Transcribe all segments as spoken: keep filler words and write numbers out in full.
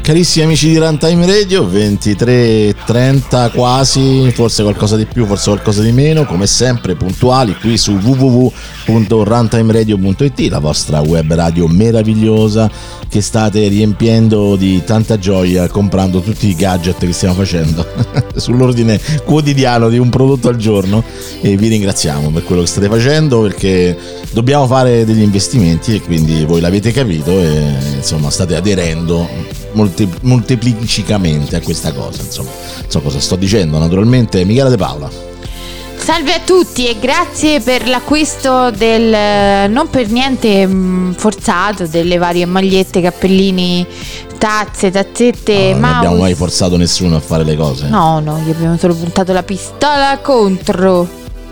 Carissimi amici di Runtime Radio, ventitré e trenta quasi, forse qualcosa di più, forse qualcosa di meno, come sempre puntuali qui su w w w punto runtime radio punto i t, la vostra web radio meravigliosa che state riempiendo di tanta gioia comprando tutti i gadget che stiamo facendo sull'ordine quotidiano di un prodotto al giorno, e vi ringraziamo per quello che state facendo, perché dobbiamo fare degli investimenti e quindi voi l'avete capito e insomma state aderendo moltiplicamente a questa cosa, insomma non so cosa sto dicendo. Naturalmente Michela De Paola. Salve a tutti e grazie per l'acquisto del non per niente forzato delle varie magliette, cappellini, tazze, tazzette, no, mouse. Non abbiamo mai forzato nessuno a fare le cose. No, no, gli abbiamo solo puntato la pistola contro.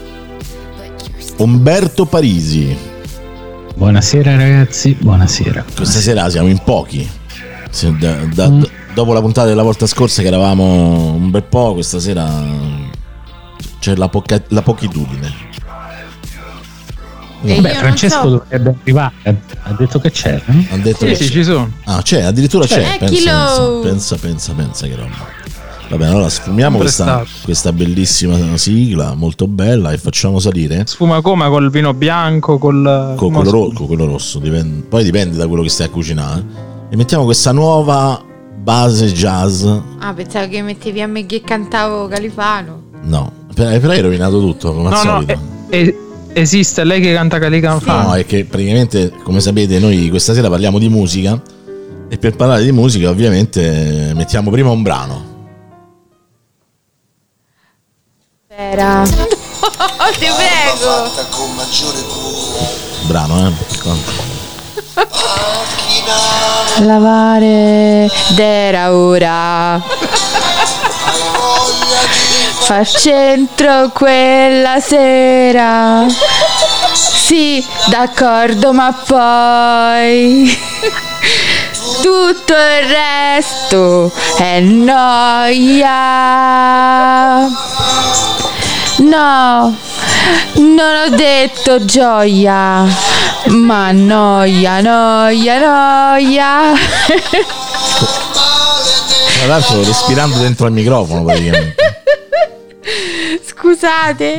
Umberto Parisi. Buonasera ragazzi, buonasera. Questa sera siamo in pochi. Da, da, mm. Dopo la puntata della volta scorsa che eravamo un bel po', questa sera c'è la, poca, la pochitudine. E Beh, Francesco so. dovrebbe arrivare, ha detto che c'è, eh? Ha detto sì, che sì, c'è. ci sono. Ah, c'è, addirittura c'è, c'è. Pensa, Chilo. pensa, pensa, pensa che roba. Va bene, allora sfumiamo questa, questa bellissima sigla, molto bella, e facciamo salire. Sfuma come? Col vino bianco, col con quello, ro- con quello rosso, dipende, poi dipende da quello che stai a cucinare. E mettiamo questa nuova base jazz. Ah, pensavo che mettevi a me che cantavo Califano. No, però hai rovinato tutto come al no, solito. No, è, esiste lei che canta Califano? Sì. No, è che praticamente, come sapete, noi questa sera parliamo di musica, e per parlare di musica ovviamente mettiamo prima un brano. Spera. No, ti prego. Brano, eh? Lavare d'era ora. Far centro quella sera. Sì, d'accordo, ma poi tutto il resto è noia. No, non ho detto gioia, ma noia, noia, noia. Tra l'altro respirando dentro al microfono praticamente. Scusate.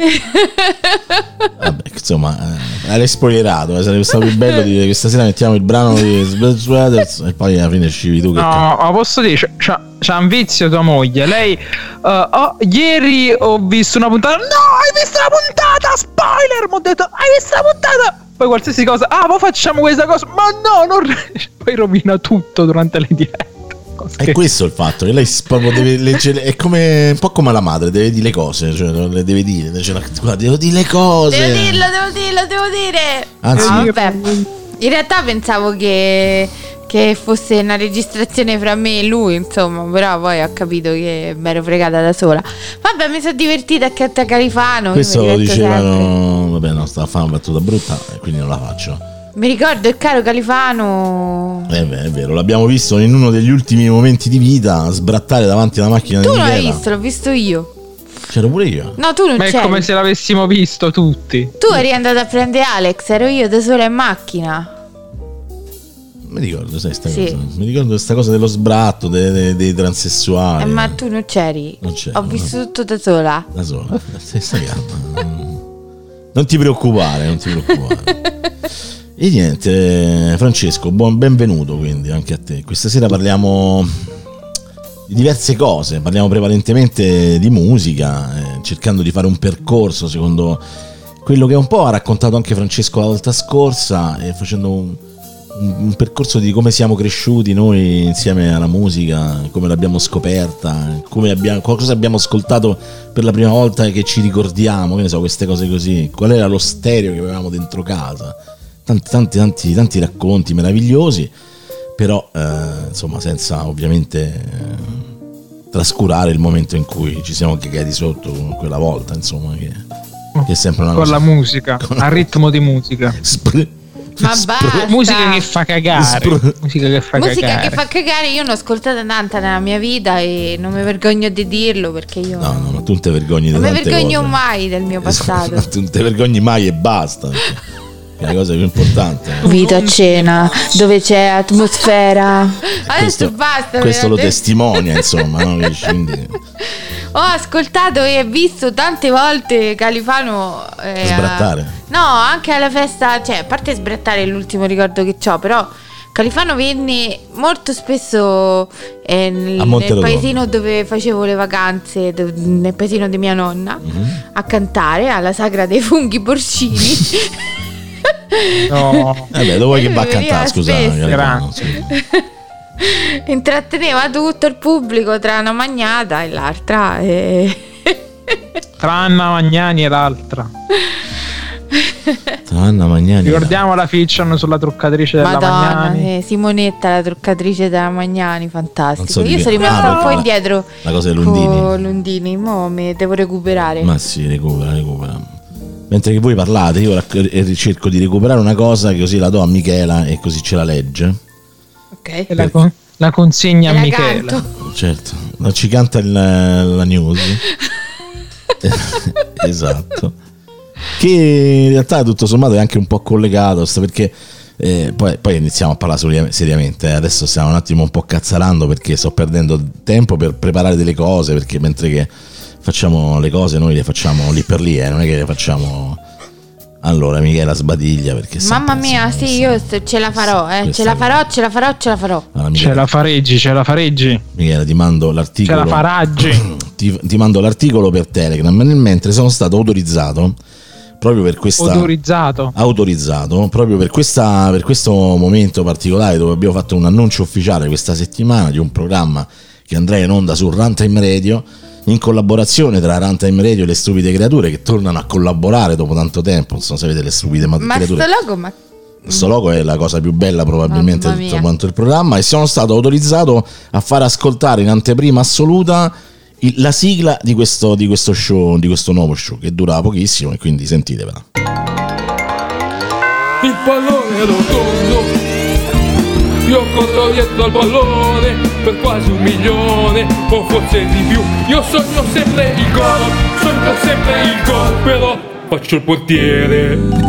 Vabbè, insomma, eh, l'hai spoilerato, eh, sarebbe stato più bello dire che stasera mettiamo il brano di Sweaters e poi alla fine scivi tu che no, ma posso dire, c'ha, c'ha, c'ha un vizio tua moglie. Lei uh, oh, ieri ho visto una puntata. No, hai visto la puntata? Spoiler, mi ho detto, hai visto la puntata? Poi qualsiasi cosa, ah, poi facciamo questa cosa. Ma no, non poi rovina tutto durante le dirette. È questo il fatto, che lei proprio deve leggere, è come un po' come la madre, deve dire le cose, cioè le deve dire, cioè, guarda, devo dire le cose. Devo dirlo, devo dirlo, devo dire. Anzi, ah, vabbè. In realtà pensavo che, che fosse una registrazione fra me e lui, insomma, però poi ho capito che mi ero fregata da sola. Vabbè, mi sono divertita accanto a Califano. Questo lo dicevano, sempre. Vabbè, no, stava a fare una battuta brutta, quindi non la faccio. Mi ricordo il caro Califano. Eh beh, è vero, l'abbiamo visto in uno degli ultimi momenti di vita sbrattare davanti alla macchina tu di Michela. Tu l'hai visto, l'ho visto io. C'ero pure io. No, tu non c'eri. Ma è come se l'avessimo visto tutti. Tu eri andato a prendere Alex, ero io da sola in macchina. Mi ricordo, sai, sta sì. cosa. Mi ricordo questa cosa dello sbratto dei, dei, dei transessuali. Eh, ma tu non c'eri. Non c'ero. Ho visto no. tutto da sola. Da sola. Stai, stai calma. Non ti preoccupare, non ti preoccupare. E niente, Francesco, buon benvenuto quindi anche a te. Questa sera parliamo di diverse cose, parliamo prevalentemente di musica, eh, cercando di fare un percorso secondo quello che un po' ha raccontato anche Francesco la volta scorsa, e facendo un, un, un percorso di come siamo cresciuti noi insieme alla musica, come l'abbiamo scoperta, come abbiamo, cosa abbiamo ascoltato per la prima volta e che ci ricordiamo, che ne so, queste cose così, qual era lo stereo che avevamo dentro casa. Tanti, tanti, tanti, tanti racconti meravigliosi, però eh, insomma senza ovviamente eh, trascurare il momento in cui ci siamo cagati sotto quella volta, insomma, che, che è sempre una con cosa. La musica, con a ritmo di musica. Spr- Ma basta. Musica che fa cagare. Spr- musica che fa musica cagare. che fa cagare. Io ne ho ascoltata tanta nella mia vita e non mi vergogno di dirlo, perché io no no ma tu non ti vergogni di non tante mi vergogno cose. mai del mio passato. Tu non ti vergogni mai e basta. che è la cosa più importante. Vito a cena, dove c'è atmosfera. Adesso Questo, basta. questo lo veramente. testimonia, insomma, no? Quindi, Ho ascoltato e visto tante volte Califano eh, sbrattare. No, anche alla festa, cioè a parte sbrattare è l'ultimo ricordo che ho, però Califano venne molto spesso eh, nel, A nel Monterotondo. paesino dove facevo le vacanze, do- nel paesino di mia nonna, Mm-hmm. a cantare alla sagra dei funghi porcini. No. Vabbè, dove vuoi che va a Veniva cantare, scusa, spesso. Califano, scusa. Intratteneva tutto il pubblico tra una magnata e l'altra e... Tra Anna Magnani e l'altra. Tra Anna Magnani. Ricordiamo la fiction sulla truccatrice della Madonna, Magnani. eh, Simonetta, la truccatrice della Magnani, fantastico. Non so di Io che- sono rimasta ah, un po' la- indietro la cosa dei Lundini. con Lundini, mo mi devo recuperare. Ma sì, recupera, recupera. Mentre che voi parlate, io rac- eh, cerco di recuperare una cosa che così la do a Michela e così ce la legge. Ok. E la, con- la consegna E a la Michela. canto. Certo, non ci canta il- la news. Esatto. Che in realtà tutto sommato è anche un po' collegato, sta perché eh, poi, poi iniziamo a parlare seri- seriamente. eh. Adesso stiamo un attimo un po' cazzarando perché sto perdendo tempo per preparare delle cose, perché mentre che facciamo le cose noi le facciamo lì per lì, eh, non è che le facciamo. Allora Michela sbadiglia perché Mamma sempre, mia, insomma, sì, io sto- ce la farò, eh. questa Ce la cosa. farò, ce la farò, ce la farò. Allora, Ce Michela, la fareggi, ce la fareggi. Michela, ti mando Ce l'articolo. la faraggi. Ti, ti mando l'articolo per Telegram. Nel mentre sono stato autorizzato proprio per questa Autorizzato. autorizzato proprio per questa per questo momento particolare dove abbiamo fatto un annuncio ufficiale questa settimana di un programma che andrà in onda su Runtime Radio in collaborazione tra Runtime Radio e le Stupide Creature, che tornano a collaborare dopo tanto tempo. Non so se avete le Stupide ma- Ma sto Creature. logo, ma Questo logo è la cosa più bella probabilmente Mamma di tutto mia. quanto il programma, e sono stato autorizzato a far ascoltare in anteprima assoluta il- la sigla di questo, di questo show, di questo nuovo show che dura pochissimo, e quindi sentitevela. Il pallone è rotondo, io corro dietro al pallone per quasi un milione o forse di più. Io sogno sempre il gol, sogno sempre il gol, però faccio il portiere.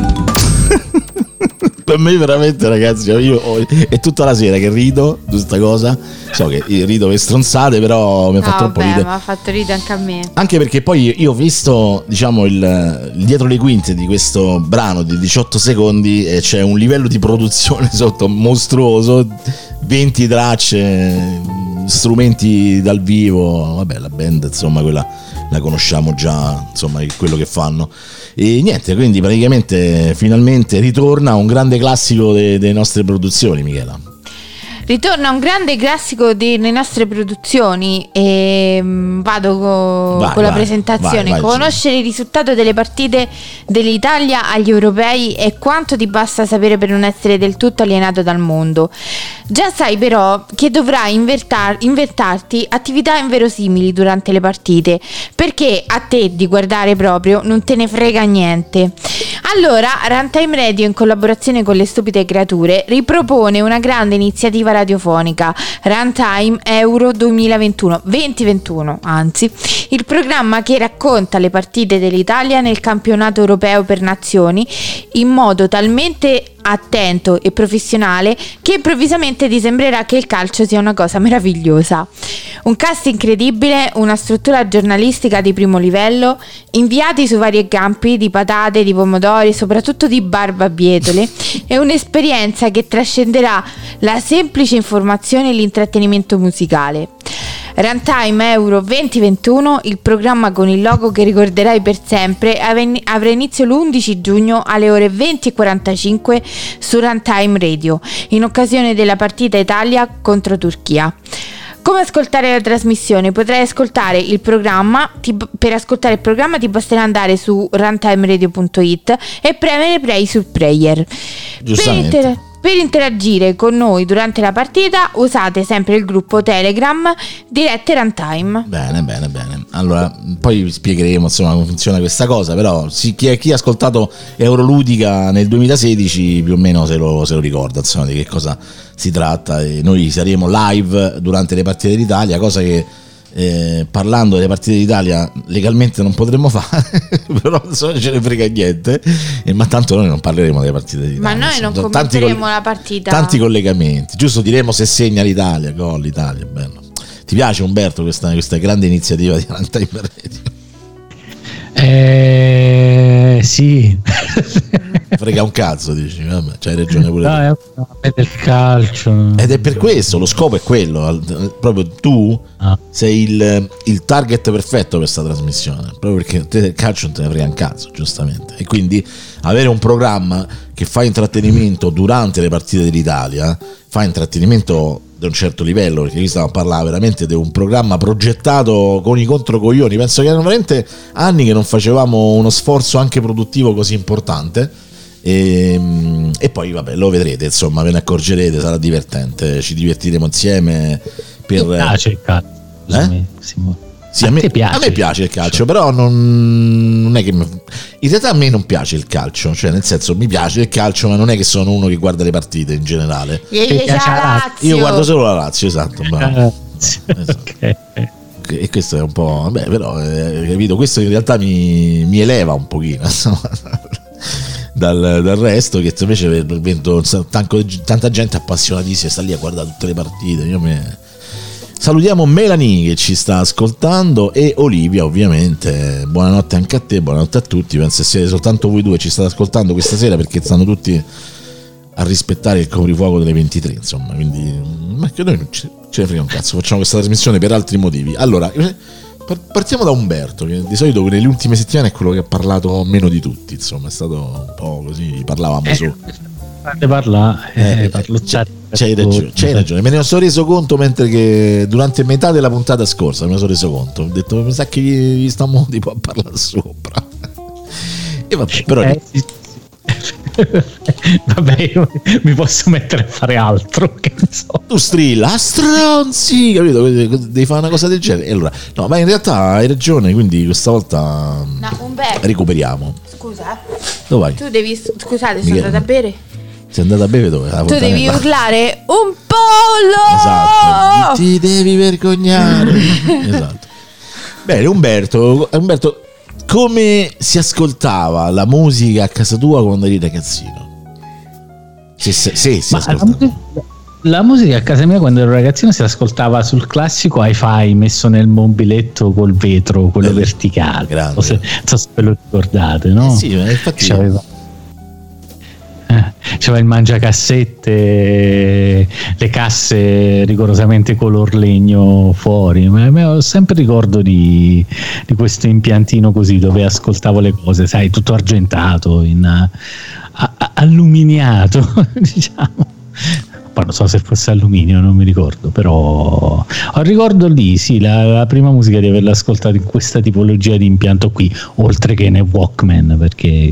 Per me veramente, ragazzi, io ho- è tutta la sera che rido di questa cosa. So che rido per stronzate, però mi fa no, troppo vabbè, ridere. ma ha fatto ridere anche a me. Anche perché poi io ho visto, diciamo, il, il dietro le quinte di questo brano di diciotto secondi, e c'è un livello di produzione sotto mostruoso, venti tracce, strumenti dal vivo. Vabbè, la band, insomma, quella la conosciamo già, insomma, è quello che fanno. E niente, quindi praticamente finalmente ritorna un grande classico de- delle nostre produzioni, Michela. Ritorna un grande classico delle nostre produzioni e mm, vado co- Vai, con la vai, presentazione. vai, vai, Conoscere il risultato delle partite dell'Italia agli europei e quanto ti basta sapere per non essere del tutto alienato dal mondo. Già sai però che dovrai invertar- inventarti attività inverosimili durante le partite, perché a te di guardare proprio non te ne frega niente. Allora Runtime Radio, in collaborazione con le Stupide Creature, ripropone una grande iniziativa radiofonica, Runtime Euro duemilaventuno duemilaventuno, anzi, il programma che racconta le partite dell'Italia nel campionato europeo per nazioni in modo talmente attento e professionale che improvvisamente ti sembrerà che il calcio sia una cosa meravigliosa. Un cast incredibile, una struttura giornalistica di primo livello, inviati su vari campi di patate, di pomodori, soprattutto di barbabietole, e un'esperienza che trascenderà la semplice informazione e l'intrattenimento musicale. Runtime Euro duemilaventuno, il programma con il logo che ricorderai per sempre, ave- avrà inizio l'undici giugno alle ore venti e quarantacinque su Runtime Radio, in occasione della partita Italia contro Turchia. Come ascoltare la trasmissione? Potrai ascoltare il programma. Ti, per ascoltare il programma ti basterà andare su runtimeradio punto it e premere play sul player. Per, Giustamente. inter- per interagire con noi durante la partita usate sempre il gruppo Telegram Dirette Runtime. Bene, bene, bene. Allora, poi vi spiegheremo insomma come funziona questa cosa, però sì, chi, chi ha ascoltato Euroludica nel duemilasedici più o meno se lo, se lo ricorda, insomma, di che cosa si tratta. E noi saremo live durante le partite d'Italia, cosa che eh, parlando delle partite d'Italia legalmente non potremmo fare, però non ce ne frega niente, e, ma tanto noi non parleremo delle partite d'Italia. Ma noi non Tanti commenteremo coll- la partita. Tanti collegamenti, giusto, diremo se segna l'Italia, gol l'Italia, bello. Ti piace Umberto questa, questa grande iniziativa di Runtime Radio? Eh, sì. Frega un cazzo, dici, vabbè, c'hai ragione pure No, tu. è del calcio. Ed è per questo, lo scopo è quello, al- proprio tu Ah. sei il, il target perfetto per questa trasmissione, proprio perché te del calcio non te ne frega un cazzo, giustamente, e quindi avere un programma che fa intrattenimento durante le partite dell'Italia, fa intrattenimento di un certo livello, perché qui stiamo a parlare veramente di un programma progettato con i controcoglioni. Penso che erano veramente anni che non facevamo uno sforzo anche produttivo così importante. E, e poi vabbè, lo vedrete, insomma, ve ne accorgerete, sarà divertente, ci divertiremo insieme per... Mi piace il calcio. Scusami, Simone. Sì, a, me, te piace? a me piace il calcio, però non, non è che mi- in realtà a me non piace il calcio, cioè nel senso mi piace il calcio, ma non è che sono uno che guarda le partite in generale. Gli Ti piace la la Lazio. Io guardo solo la Lazio, esatto, bravo. Eh, ok. E questo è un po', vabbè, però eh, capito, questo in realtà mi, mi eleva un pochino, insomma, dal, dal resto, che invece vedo tanto- tanta gente appassionatissima sta lì a guardare tutte le partite. Io me... Salutiamo Melanie che ci sta ascoltando e Olivia, ovviamente. Buonanotte anche a te, buonanotte a tutti. Penso che siete soltanto voi due che ci state ascoltando questa sera, perché stanno tutti a rispettare il coprifuoco delle ventitré, insomma, quindi ma che noi non ce, ce ne frega un cazzo, facciamo questa trasmissione per altri motivi. Allora, par- partiamo da Umberto, che di solito nelle ultime settimane è quello che ha parlato meno di tutti, insomma, è stato un po' così, parlavamo Eh, su. Fate parlare, eh, Eh, parlo c'hai, c'hai ragione, c'hai ragione, me ne sono reso conto mentre che durante metà della puntata scorsa me ne sono reso conto, ho detto mi sa che gli, gli stiamo tipo a parlare sopra. E vabbè, però Eh, sì, sì. Vabbè, io mi posso mettere a fare altro, che ne so. tu strilla, ah, stronzi, capito? Devi fare una cosa del genere. E allora, no, ma in realtà hai ragione, quindi questa volta No, Umberto, recuperiamo. scusa, eh. Dove vai? tu devi. Scusate, sono Michele. andata a bere. Sei andata a bere dove? Alla Tu devi fontanella. urlare un pollo! Esatto, ti devi vergognare. Esatto. Bene, Umberto, Umberto, come si ascoltava la musica a casa tua quando eri ragazzino? Sì, sì, sì, si Ma la ascoltava. musica, la musica a casa mia quando ero ragazzino si ascoltava sul classico hi-fi messo nel mobiletto col vetro, quello Bello. verticale. Grande. Non so se, non so se ve lo ricordate, no? Eh sì, ma infatti C'aveva, eh, c'aveva il mangiacassette, le casse rigorosamente color legno fuori. Ma ma ho sempre ricordo di, di questo impiantino così dove ascoltavo le cose, sai, tutto argentato, in, a- a- alluminato, diciamo. Poi non so se fosse alluminio, non mi ricordo, però ho ricordo lì, sì, la, la prima musica di averla ascoltata in questa tipologia di impianto qui, oltre che nei Walkman, perché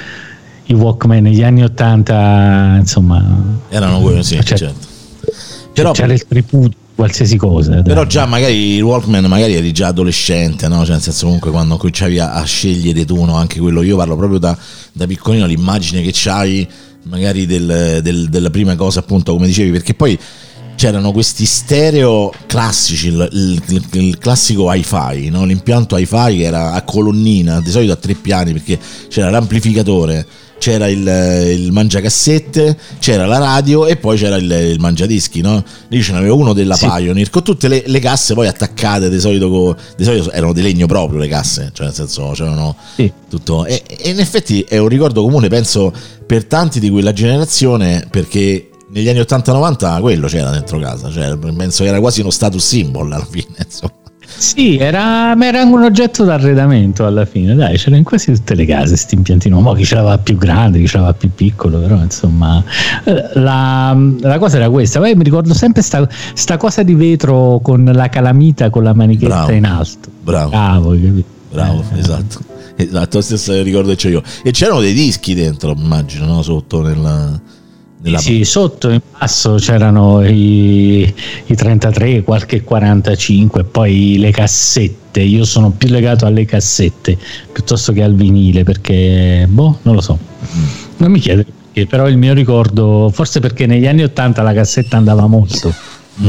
i Walkman negli anni ottanta, insomma, erano quelli, sì, Cioè, certo. Però, c'era il tripudio, qualsiasi cosa. dai. però già magari il Walkman magari eri già adolescente, no? Cioè nel senso, comunque quando cominciavi a, a scegliere tu, no? Anche quello, io parlo proprio da, da piccolino, l'immagine che c'hai magari del, del- della prima cosa, appunto, come dicevi, perché poi c'erano questi stereo classici, il, il- il- il classico hi-fi, no? L'impianto hi-fi che era a colonnina, di solito a tre piani, perché c'era l'amplificatore, c'era il, il mangiacassette, c'era la radio e poi c'era il, il mangiadischi, no? Lì ce n'aveva uno della Sì. Pioneer con tutte le, le casse poi attaccate, di solito, co- di solito erano di legno proprio le casse, cioè nel senso c'erano Sì. tutto, e, e in effetti è un ricordo comune, penso, per tanti di quella generazione, perché negli anni ottanta novanta quello c'era dentro casa, cioè penso che era quasi uno status symbol alla fine, insomma. Sì, era, ma era un oggetto d'arredamento alla fine, dai, c'era in quasi tutte le case sti impiantino, mo chi ce l'aveva più grande, chi ce l'aveva più piccolo, però insomma eh, la, la cosa era questa. Poi mi ricordo sempre sta, sta cosa di vetro con la calamita con la manichetta Bravo. in alto. Bravo. Bravo, capito? Bravo, Eh, esatto. Esatto, lo stesso ricordo che c'ho io. E c'erano dei dischi dentro, immagino, no? Sotto nella, nella... Sì, sotto in basso c'erano i, i trentatré, qualche quarantacinque, poi le cassette. Io sono più legato alle cassette piuttosto che al vinile, perché boh, non lo so. Non mi chiedere perché, però il mio ricordo, forse perché negli anni ottanta la cassetta andava molto. Non lo so.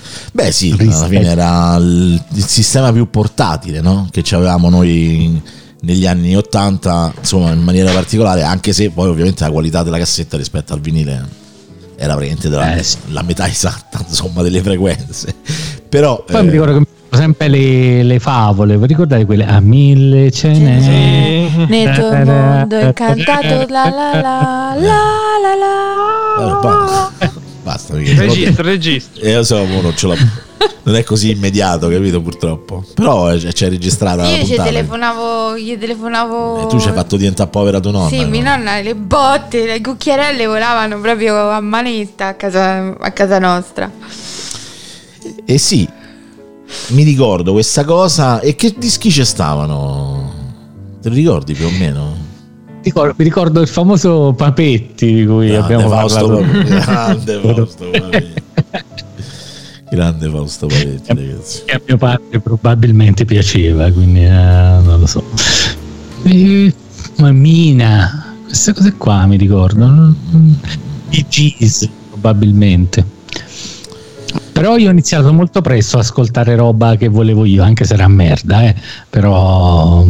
Beh sì, alla fine era il, il sistema più portatile, no? Che avevamo noi negli anni ottanta, insomma, in maniera particolare, anche se poi ovviamente la qualità della cassetta rispetto al vinile era praticamente della, eh, sì. la metà esatta, insomma, delle frequenze. Però poi eh, mi ricordo che sempre le, le favole, vi ricordate quelle a mille ce n'è Sì. Nel tuo mondo incantato la la la la la la. eh, basta, basta perché Registro, registro. eh, io so, mo non ce l'ho, non è così immediato, capito, purtroppo, però eh, c'è registrata la Io ci puntata. telefonavo, gli telefonavo. E tu ci hai fatto diventare povera tua nonna. Sì, no? mia nonna, le botte, le cucchiarelle volavano proprio a manetta a casa, a casa nostra. E sì, mi ricordo questa cosa. E che dischi ci stavano? Te lo ricordi più o meno? Ricordo, mi ricordo il famoso Papetti di cui Grande abbiamo Fausto, parlato. grande Fausto Papetti. Grande Fausto Papetti, ragazzi. Che a mio padre probabilmente piaceva, quindi eh, non lo so. E, ma Mina, queste cose qua mi ricordo. I Gees probabilmente. Però io ho iniziato molto presto ad ascoltare roba che volevo io, anche se era merda, eh. Però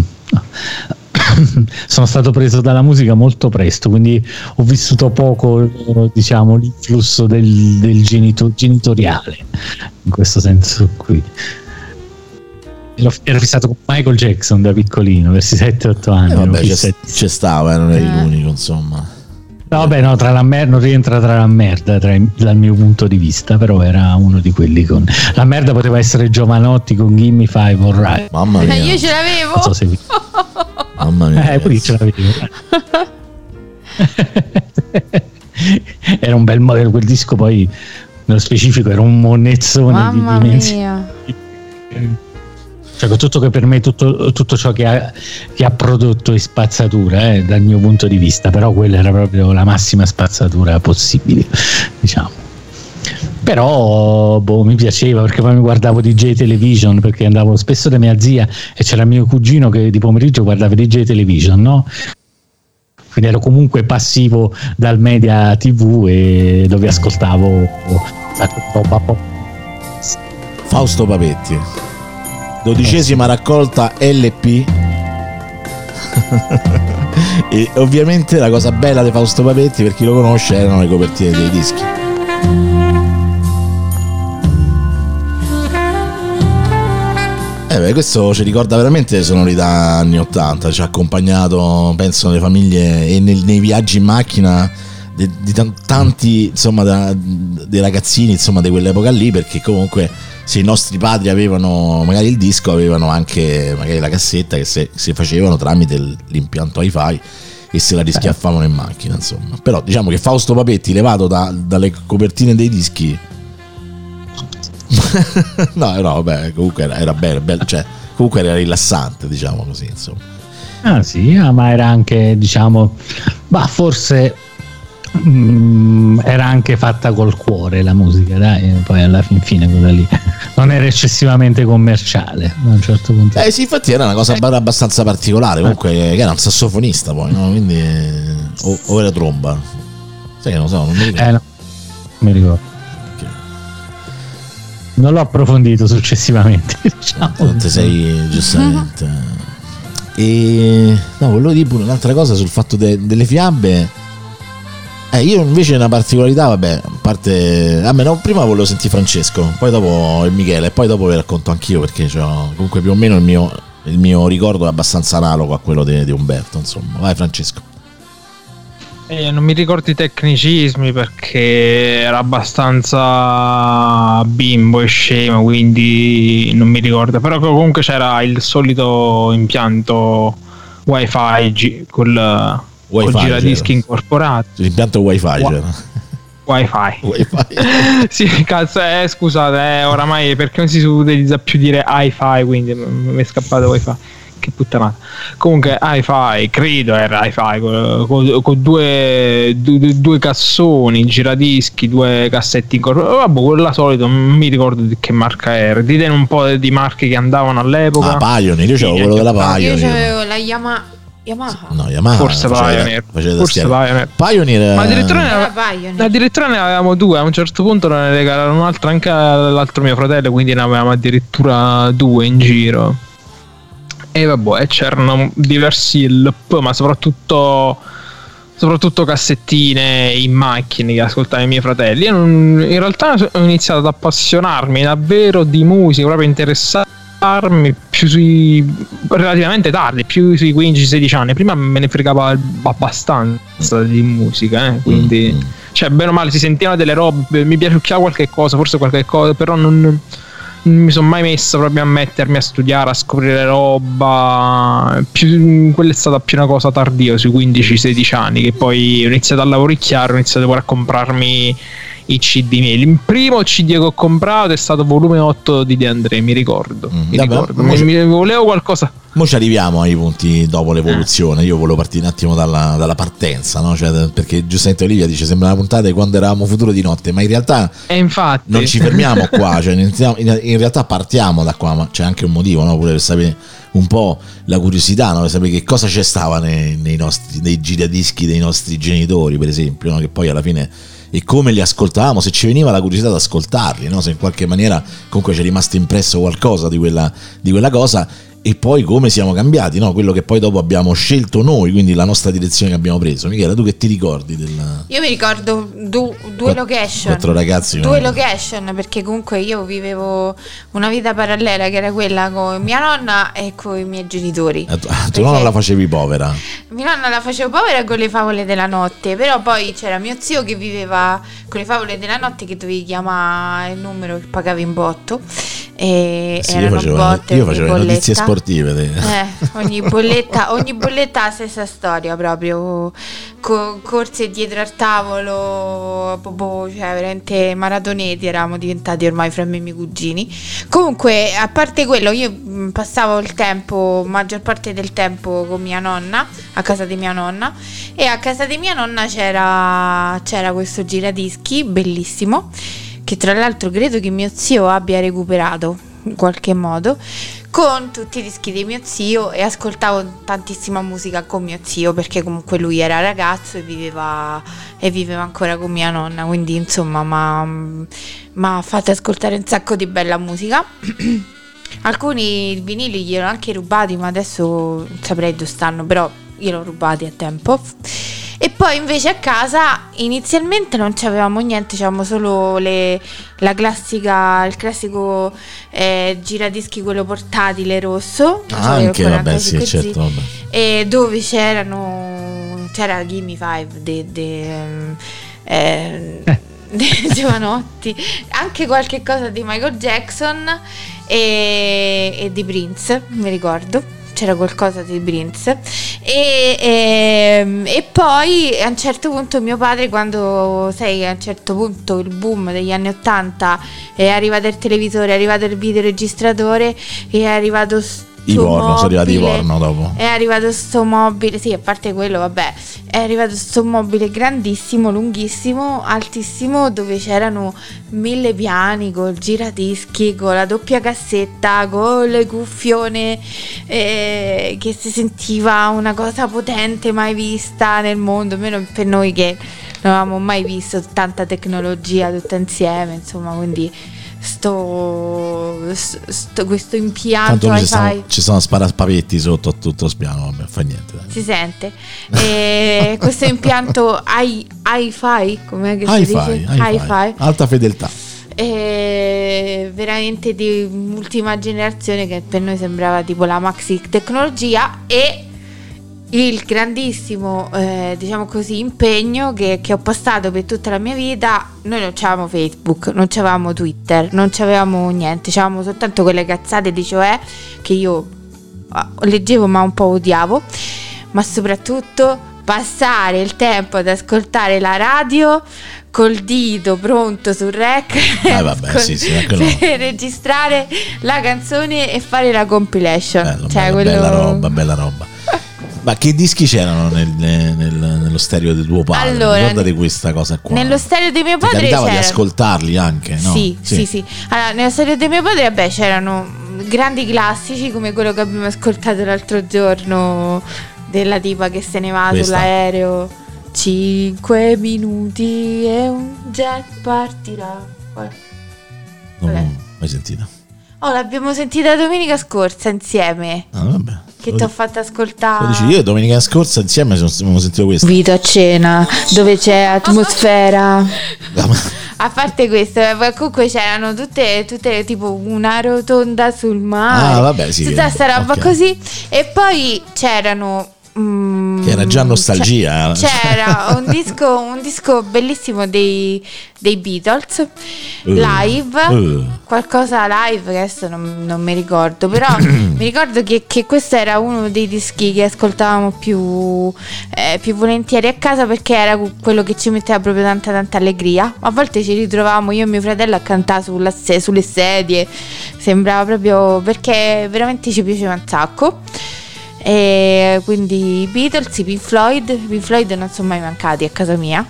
sono stato preso dalla musica molto presto, quindi ho vissuto poco, diciamo, l'influsso del, del genito, genitoriale, in questo senso qui. Ero, ero fissato con Michael Jackson da piccolino, verso sette otto anni. Eh, vabbè, c'è, c'è, c'è stava, eh, non eri Eh. l'unico, insomma. No, vabbè, no, tra la merda non rientra tra la merda tra, dal mio punto di vista, però era uno di quelli con la merda poteva essere Giovanotti con Gimme Five Alright. Mamma mia. Eh, io ce l'avevo. Non so se vi... Mamma mia. Eh, pure io ce l'avevo. Era un bel modello quel disco, poi nello specifico era un monnezzone Mamma di dimensioni. mia. Cioè, con tutto che per me tutto, tutto ciò che ha, che ha prodotto è spazzatura, eh, dal mio punto di vista, però quella era proprio la massima spazzatura possibile, diciamo. Però boh, mi piaceva, perché poi mi guardavo D J Television, perché andavo spesso da mia zia e c'era mio cugino che di pomeriggio guardava D J Television, no? Quindi ero comunque passivo dal media tivù e dove ascoltavo roba pop. Fausto Papetti, dodicesima raccolta L P. E ovviamente la cosa bella di Fausto Papetti, per chi lo conosce, erano le copertine dei dischi. Eh beh, questo ci ricorda veramente le sonorità anni ottanta, ci ha accompagnato, penso, nelle famiglie e nel, nei viaggi in macchina di, di tanti, insomma, da, dei ragazzini, insomma, di quell'epoca lì, perché comunque se i nostri padri avevano magari il disco, avevano anche magari la cassetta che si, si facevano tramite l'impianto hi-fi e se la rischiaffavano in macchina, insomma. Però diciamo che Fausto Papetti, levato da, dalle copertine dei dischi, no, no, vabbè, comunque era, era bello, bello, cioè comunque era rilassante, diciamo così, insomma. Ah sì, ah, ma era anche, diciamo, bah, forse mm, era anche fatta col cuore la musica, dai, poi alla fin fine quella lì non era eccessivamente commerciale da un certo punto. Eh sì, infatti era una cosa abbastanza particolare, comunque, che era un sassofonista poi, no? Quindi o, o era tromba, sai che non so, non mi ricordo. Eh no, mi ricordo. Non l'ho approfondito successivamente, diciamo. Non te sei giustamente. E no, volevo dire pure un'altra cosa sul fatto de, delle fiabe. Eh, io invece una particolarità, vabbè, a parte. A me no, prima volevo sentire Francesco, poi dopo il Michele, e poi dopo vi racconto anch'io, perché c'ho, comunque più o meno il mio, il mio ricordo è abbastanza analogo a quello di Umberto, insomma. Vai Francesco. Eh, non mi ricordo i tecnicismi perché era abbastanza bimbo e scemo, quindi non mi ricordo. Però comunque c'era il solito impianto wifi gi- col, Wi-Fi col giradischi c'era. incorporato. L'impianto wifi Wa- c'era. Wifi. Wi-Fi. Sì, cazzo, eh, scusate, eh, oramai perché non si utilizza più dire hi-fi, quindi m- mi è scappato wifi. Che puttanata. Comunque hi-fi, credo era hi-fi con, con, con due, due, due cassoni, giradischi, due cassetti incorporati. Vabbè, quella solita, non mi ricordo di che marca era. Dite un po' di marche che andavano all'epoca. Ah, Pioneer, io c'avevo quello della Io Pioneer. avevo la Yamaha Yamaha. No, Yamaha. Forse faceva- Pioneer. faceva da Forse schiavi. Pioneer. Pioneer. Ma eh, addirittura ne, Era Pioneer. addirittura ne avevamo due. A un certo punto ne regalarono un'altra anche all'altro mio fratello, quindi ne avevamo addirittura due in giro. E vabbè, c'erano diversi L P, ma soprattutto soprattutto cassettine in macchine che ascoltavano i miei fratelli. Io non- in realtà ho iniziato ad appassionarmi davvero di musica, proprio interessarmi più sui relativamente tardi, più sui quindici sedici anni. Prima me ne fregava abbastanza di musica, eh, quindi Mm. cioè bene o male si sentivano delle robe, mi piaceva qualche cosa, forse qualche cosa, però non, non mi sono mai messo proprio a mettermi a studiare, a scoprire roba. Più, quella è stata più una cosa tardiva, sui quindici sedici anni, che poi ho iniziato a lavoricchiare, ho iniziato pure a comprarmi i C D miei. Il primo C D che ho comprato è stato volume otto di De André, mi ricordo. Mm, mi vabbè, ricordo. mo Mi, ci- mi- volevo qualcosa. Mo ci arriviamo ai punti dopo l'evoluzione. Io volevo partire un attimo dalla, dalla partenza, no? Cioè, perché giustamente Olivia dice sembra una puntata di quando eravamo futuro di notte, ma in realtà E infatti non ci fermiamo qua, cioè iniziamo- in, in realtà partiamo da qua, ma c'è anche un motivo, no? Pure per sapere un po' la curiosità, no? Per sapere che cosa c'è stava nei, nei nostri nei giradischi dei nostri genitori, per esempio, no? Che poi alla fine e come li ascoltavamo, se ci veniva la curiosità di ascoltarli, no? Se in qualche maniera comunque ci è rimasto impresso qualcosa di quella, di quella cosa. E poi come siamo cambiati, no? Quello che poi dopo abbiamo scelto noi, quindi la nostra direzione che abbiamo preso. Michela, tu che ti ricordi del... Io mi ricordo du- due Quatt- location. quattro ragazzi, Due no? location, perché comunque io vivevo una vita parallela che era quella con mia nonna e con i miei genitori. Ah, tu tu Perché non la facevi povera? mia nonna la facevo povera con le favole della notte, però poi c'era mio zio che viveva con le favole della notte, che dovevi chiamare il numero che pagavi in botto. E Sì, io erano facevo, botte, io ogni facevo le notizie bolletta. sportive. te- Eh, ogni bolletta, ogni bolletta ha la stessa storia, proprio co- corse dietro al tavolo, proprio, cioè veramente maratoneti eravamo diventati ormai fra me e i miei cugini. Comunque, a parte quello, io mh, passavo il tempo, maggior parte del tempo con mia nonna, a casa di mia nonna, e a casa di mia nonna c'era, c'era questo giradischi bellissimo, che tra l'altro credo che mio zio abbia recuperato in qualche modo, con tutti i dischi di mio zio, e ascoltavo tantissima musica con mio zio, perché comunque lui era ragazzo e viveva e viveva ancora con mia nonna, quindi insomma mi ha fatto ascoltare un sacco di bella musica. Alcuni vinili gli erano anche rubati, ma adesso non saprei dove stanno, però io l'ho rubati a tempo. E poi invece a casa inizialmente non c'avevamo niente, c'avevamo solo le, la classica, il classico eh, giradischi, quello portatile rosso. Ah, cioè anche, il vabbè, sì, quarantacinque G, certo, vabbè. e dove c'erano, c'era Gimme Five dei de, eh, de Giovanotti, anche qualche cosa di Michael Jackson e, e di Prince, mi ricordo. C'era qualcosa di Prince e, e, e poi a un certo punto mio padre, quando sai a un certo punto il boom degli anni ottanta, è arrivato il televisore, è arrivato il videoregistratore, è arrivato sto I porno, sono arrivati i mobile, porno dopo. è arrivato sto mobile, sì, a parte quello, vabbè, è arrivato sto mobile grandissimo, lunghissimo, altissimo, dove c'erano mille piani col giradischi, con la doppia cassetta, con le cuffione, eh, che si sentiva una cosa potente mai vista nel mondo, almeno per noi che non avevamo mai visto tanta tecnologia tutta insieme, insomma, quindi sto, sto questo impianto Tanto ci hi-fi sono, ci sono sparaspavetti sotto a tutto spiano, vabbè, fa niente. Dai. si sente, e questo impianto hi- hi-fi, come si Hi-fi, dice? hi-fi, Hi-fi. alta fedeltà. E veramente di ultima generazione, che per noi sembrava tipo la maxi tecnologia, e il grandissimo eh, diciamo così impegno che, che ho passato per tutta la mia vita. Noi non c'avevamo Facebook, non c'avevamo Twitter, non c'avevamo niente, c'avevamo soltanto quelle cazzate di Cioè che io ah, leggevo ma un po' odiavo, ma soprattutto passare il tempo ad ascoltare la radio col dito pronto sul rec Eh, vabbè, sì, sì, anche no. per registrare la canzone e fare la compilation. Bello, Cioè, bella, quello... bella roba, bella roba. Ma che dischi c'erano nel, nel- nello stereo del tuo padre? Allora, Ricordate questa cosa qua. Nello stereo di mio Ti padre capitava di c'era... ascoltarli anche, no? Sì, sì, sì. Allora, nello stereo di mio padre, vabbè, c'erano grandi classici come quello che abbiamo ascoltato l'altro giorno della tipa che se ne va Questa. sull'aereo. Cinque minuti e un jet partirà. Qual- Non Qual è? l'ho mai sentita. Oh, l'abbiamo sentita domenica scorsa insieme. Ah, vabbè. Che ti ho fatto ascoltare. Lo dici, io domenica scorsa insieme sono- abbiamo sentito questo. Vito a cena, dove c'è atmosfera. A parte questo, eh, comunque c'erano tutte, tutte tipo una rotonda sul mare. Ah, vabbè, sì, Tutta sta roba ok. così. E poi c'erano. mm, Che era già nostalgia. c'è- C'era un disco, un disco bellissimo dei, dei Beatles Uh, live. uh. Qualcosa live che adesso non, non mi ricordo. Però mi ricordo che, che questo era uno dei dischi che ascoltavamo più, eh, più volentieri a casa, perché era quello che ci metteva proprio tanta tanta allegria. A volte ci ritrovavamo io e mio fratello a cantare sulla se- sulle sedie. Sembrava proprio, perché veramente ci piaceva un sacco. E quindi i Beatles, i Pink Floyd. I Pink Floyd non sono mai mancati a casa mia.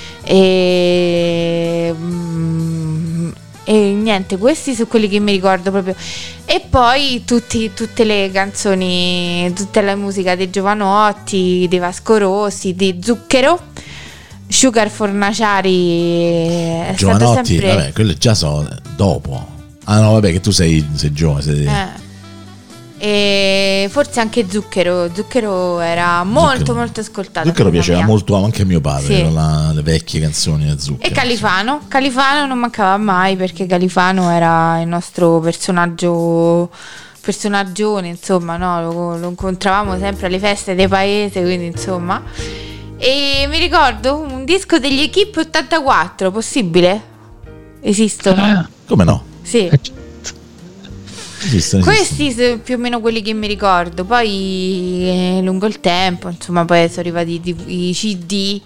E, mm, e niente, questi sono quelli che mi ricordo proprio. E poi tutti, tutte le canzoni, tutta la musica dei Giovanotti, dei Vasco Rossi, di Zucchero, Sugar Fornaciari. È stato Giovanotti, sempre. vabbè, quelle già sono dopo. Ah no, vabbè, che tu sei, sei giovane. Sei... Eh. E forse anche Zucchero. Zucchero era molto Zucchero. molto ascoltato. Zucchero a casa piaceva mia. molto anche a mio padre, Sì. con la- le vecchie canzoni di Zucchero. E Califano. Califano non mancava mai, perché Califano era il nostro personaggio, personaggione, insomma, no? Lo, lo incontravamo sempre alle feste del paese, quindi insomma. E mi ricordo un disco degli Equipe ottantaquattro, possibile? Esistono? Eh, Come no? Sì. eh, c- Esistono, esistono. Questi sono più o meno quelli che mi ricordo. Poi eh, lungo il tempo, insomma, poi sono arrivati i, i C D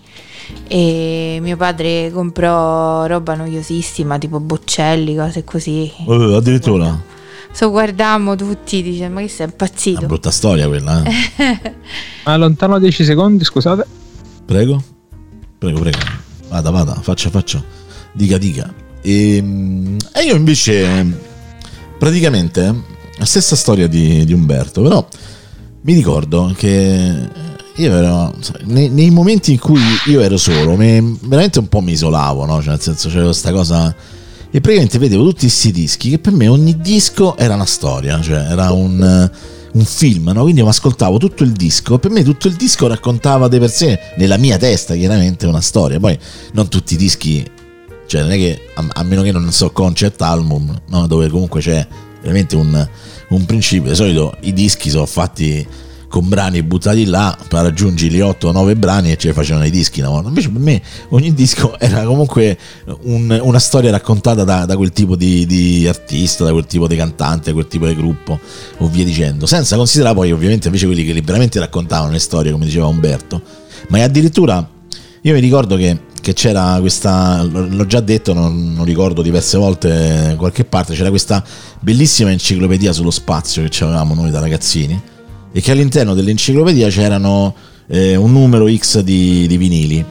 e mio padre comprò roba noiosissima, tipo Boccelli, cose così. Oh, addirittura. So, guardammo tutti, dice, ma che sei Una impazzito? brutta storia quella, eh. Ma lontano dieci secondi, scusate. Prego. Prego, prego. Vada, vada, faccia, faccia. Dica, dica. E, e io invece, praticamente, la stessa storia di, di Umberto, però mi ricordo che io ero, nei, nei momenti in cui io ero solo, me, veramente un po' mi isolavo, no? Cioè, nel senso, c'era questa cosa. E praticamente vedevo tutti questi dischi, che per me ogni disco era una storia, cioè era un, un film, no? Quindi mi ascoltavo tutto il disco, per me tutto il disco raccontava di per sé, nella mia testa chiaramente, una storia. Poi non tutti i dischi, cioè non è che, a, a meno che non so, concept album, no? Dove comunque c'è veramente un, un principio. Di solito i dischi sono fatti con brani buttati là, per raggiungi gli otto o nove brani e ce ne facevano i dischi una volta. Invece per me ogni disco era comunque un, una storia raccontata da, da quel tipo di, di artista, da quel tipo di cantante, da quel tipo di gruppo, o via dicendo, senza considerare poi ovviamente invece quelli che veramente raccontavano le storie, come diceva Umberto. Ma addirittura io mi ricordo che, che c'era questa, l'ho già detto, non, non ricordo, diverse volte da qualche parte, c'era questa bellissima enciclopedia sullo spazio che avevamo noi da ragazzini, e che all'interno dell'enciclopedia c'erano eh, un numero X di, di vinili,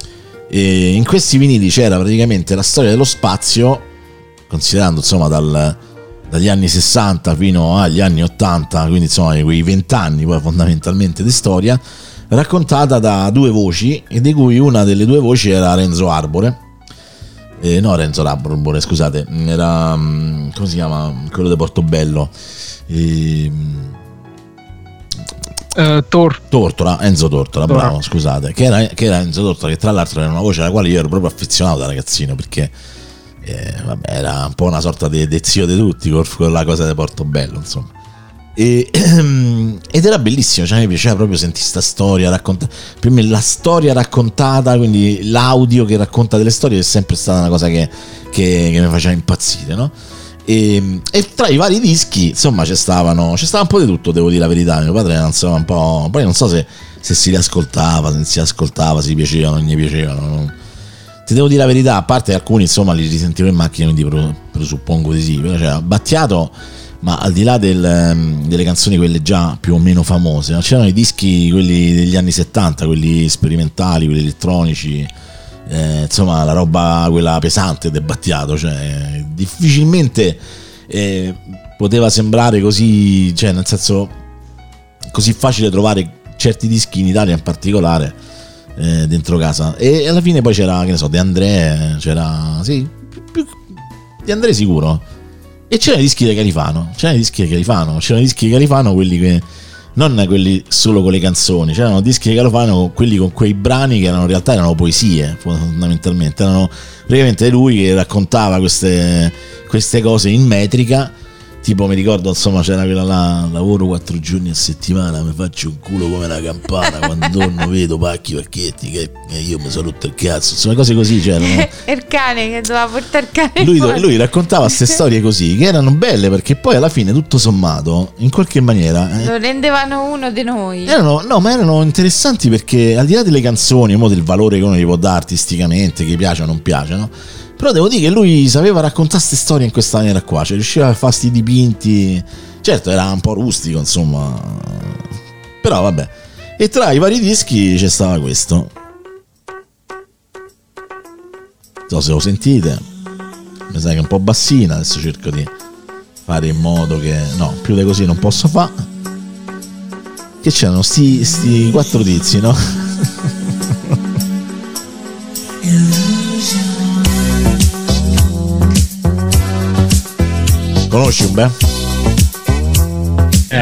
e in questi vinili c'era praticamente la storia dello spazio, considerando insomma dal, dagli anni sessanta fino agli anni ottanta, quindi insomma quei vent'anni poi fondamentalmente di storia, raccontata da due voci, e di cui una delle due voci era Renzo Arbore. Eh, no, Renzo Arbore, scusate, era, come si chiama, quello di Portobello, eh, Uh, Tor. Tortora, Enzo Tortora, Tortora. bravo, scusate, che era, che era Enzo Tortora, che tra l'altro era una voce alla quale io ero proprio affezionato da ragazzino, perché eh, vabbè, era un po' una sorta di zio di tutti con, con la cosa di Portobello, insomma. E, ed era bellissimo, cioè mi piaceva proprio sentire sta storia raccontata. Per me la storia raccontata, quindi l'audio che racconta delle storie, è sempre stata una cosa che, che, che mi faceva impazzire, no? E, e tra i vari dischi insomma c'è stavano c'è stava un po' di tutto, devo dire la verità. Mio padre insomma un po', poi non so se, se si riascoltava, se non si ascoltava, se gli piacevano, non gli piacevano, non... ti devo dire la verità, a parte alcuni insomma li risentivo in macchina, quindi presuppongo di sì, però c'era Battiato, ma al di là del, delle canzoni quelle già più o meno famose, no? C'erano i dischi quelli degli anni settanta, quelli sperimentali, quelli elettronici, eh, insomma la roba quella pesante del Battiato, cioè difficilmente eh, poteva sembrare così, cioè nel senso così facile trovare certi dischi in Italia in particolare eh, dentro casa. E alla fine poi c'era, che ne so, De André, c'era sì, più, più, De André sicuro, e c'erano i dischi di Califano, c'erano i dischi di Califano, c'erano i dischi di Califano, quelli che non quelli solo con le canzoni, c'erano dischi di Califano, quelli con quei brani che erano in realtà erano poesie, fondamentalmente erano praticamente lui che raccontava queste, queste cose in metrica. Tipo mi ricordo, insomma, c'era quella là, lavoro quattro giorni a settimana, mi faccio un culo come una campana, quando torno vedo pacchi pacchetti che, che io mi sono rotto il cazzo, insomma cose così c'erano. Il cane che doveva portare il cane lui, lui raccontava queste storie così che erano belle, perché poi alla fine tutto sommato in qualche maniera eh, lo rendevano uno di noi. Erano, no, ma erano interessanti, perché al di là delle canzoni, mo del valore che uno gli può dare artisticamente, che piace o non piace, no? Però devo dire che lui sapeva raccontare queste storie in questa maniera qua, cioè riusciva a fare sti dipinti, certo era un po' rustico insomma, però vabbè. E tra i vari dischi c'è stava questo, non so se lo sentite, mi sa che è un po' bassina, adesso cerco di fare in modo che, no, più di così non posso fare, che c'erano sti, sti quattro tizi, no? Conosci un beh? Eh.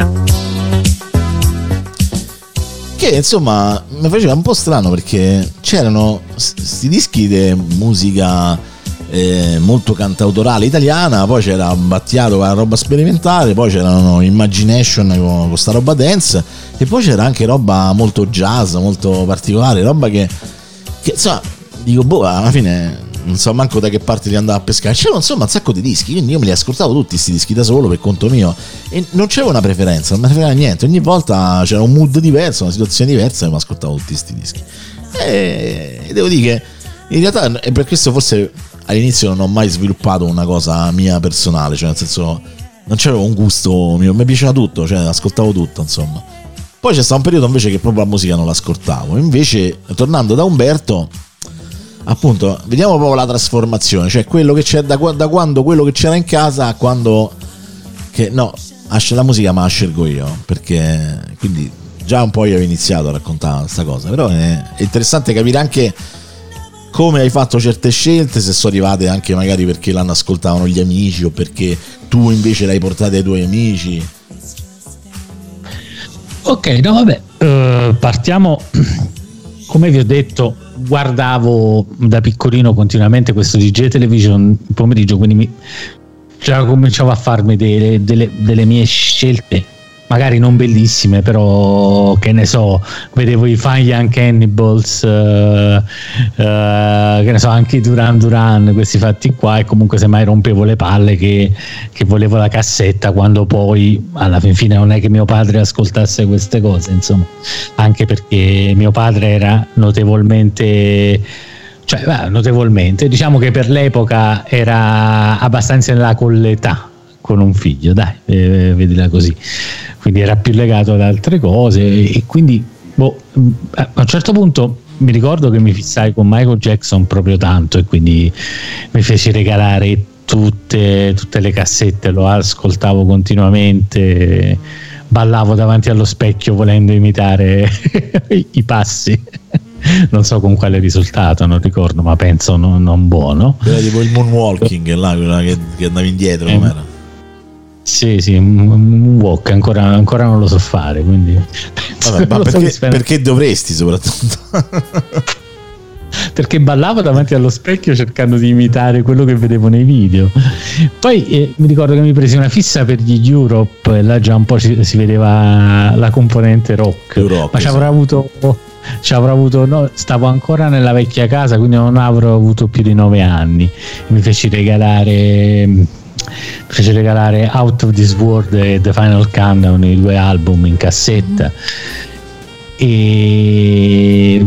Che insomma mi faceva un po' strano, perché c'erano questi dischi di musica eh, molto cantautorale italiana, poi c'era Battiato con la roba sperimentale, poi c'erano Imagination con, con sta roba dance, e poi c'era anche roba molto jazz, molto particolare, roba che, che insomma dico boh, alla fine non so manco da che parte li andavo a pescare. C'erano insomma un sacco di dischi, quindi io me li ascoltavo tutti questi dischi da solo per conto mio, e non c'era una preferenza, non mi fregava niente, ogni volta c'era un mood diverso, una situazione diversa, e mi ascoltavo tutti questi dischi. E devo dire che in realtà, e per questo forse all'inizio non ho mai sviluppato una cosa mia personale, cioè nel senso non c'era un gusto mio, mi piaceva tutto, cioè ascoltavo tutto insomma. Poi c'è stato un periodo invece che proprio la musica non l'ascoltavo, invece tornando da Umberto, appunto, vediamo proprio la trasformazione, cioè quello che c'è da, da quando quello che c'era in casa a quando che no, la musica ma la scelgo io, perché quindi già un po' io avevo iniziato a raccontare questa cosa, però è, è interessante capire anche come hai fatto certe scelte, se sono arrivate anche magari perché l'hanno ascoltavano gli amici o perché tu invece l'hai portata ai tuoi amici. Ok, no vabbè, uh, partiamo, come vi ho detto, guardavo da piccolino continuamente questo D J Television il pomeriggio, quindi mi, già cominciavo a farmi delle, delle, delle mie scelte, magari non bellissime, però che ne so, vedevo i Fine Young Cannibals, uh, uh, che ne so, anche i Duran Duran, questi fatti qua, e comunque semmai rompevo le palle che, che volevo la cassetta, quando poi alla fin fine non è che mio padre ascoltasse queste cose, insomma, anche perché mio padre era notevolmente, cioè beh, notevolmente, diciamo che per l'epoca era abbastanza nella colletà con un figlio, dai, eh, vedila così, quindi era più legato ad altre cose, e quindi boh, a un certo punto mi ricordo che mi fissai con Michael Jackson proprio tanto, e quindi mi feci regalare tutte, tutte le cassette, lo ascoltavo continuamente, ballavo davanti allo specchio volendo imitare i passi, non so con quale risultato, non ricordo, ma penso non, non buono. Era tipo il moonwalking, là, quella che, che andavi indietro, eh, com'era? Sì, sì, un walk ancora, ancora non lo so fare, quindi vabbè, ma perché, so perché dovresti soprattutto? Perché ballavo davanti allo specchio cercando di imitare quello che vedevo nei video. Poi eh, mi ricordo che mi presi una fissa per gli Europe, e là già un po' si, si vedeva la componente rock, Europe, ma ci avrò avuto, ci avrò avuto no, stavo ancora nella vecchia casa, quindi non avrò avuto più di nove anni. Mi feci regalare mi fece regalare Out of This World e The Final Countdown, i due album in cassetta, e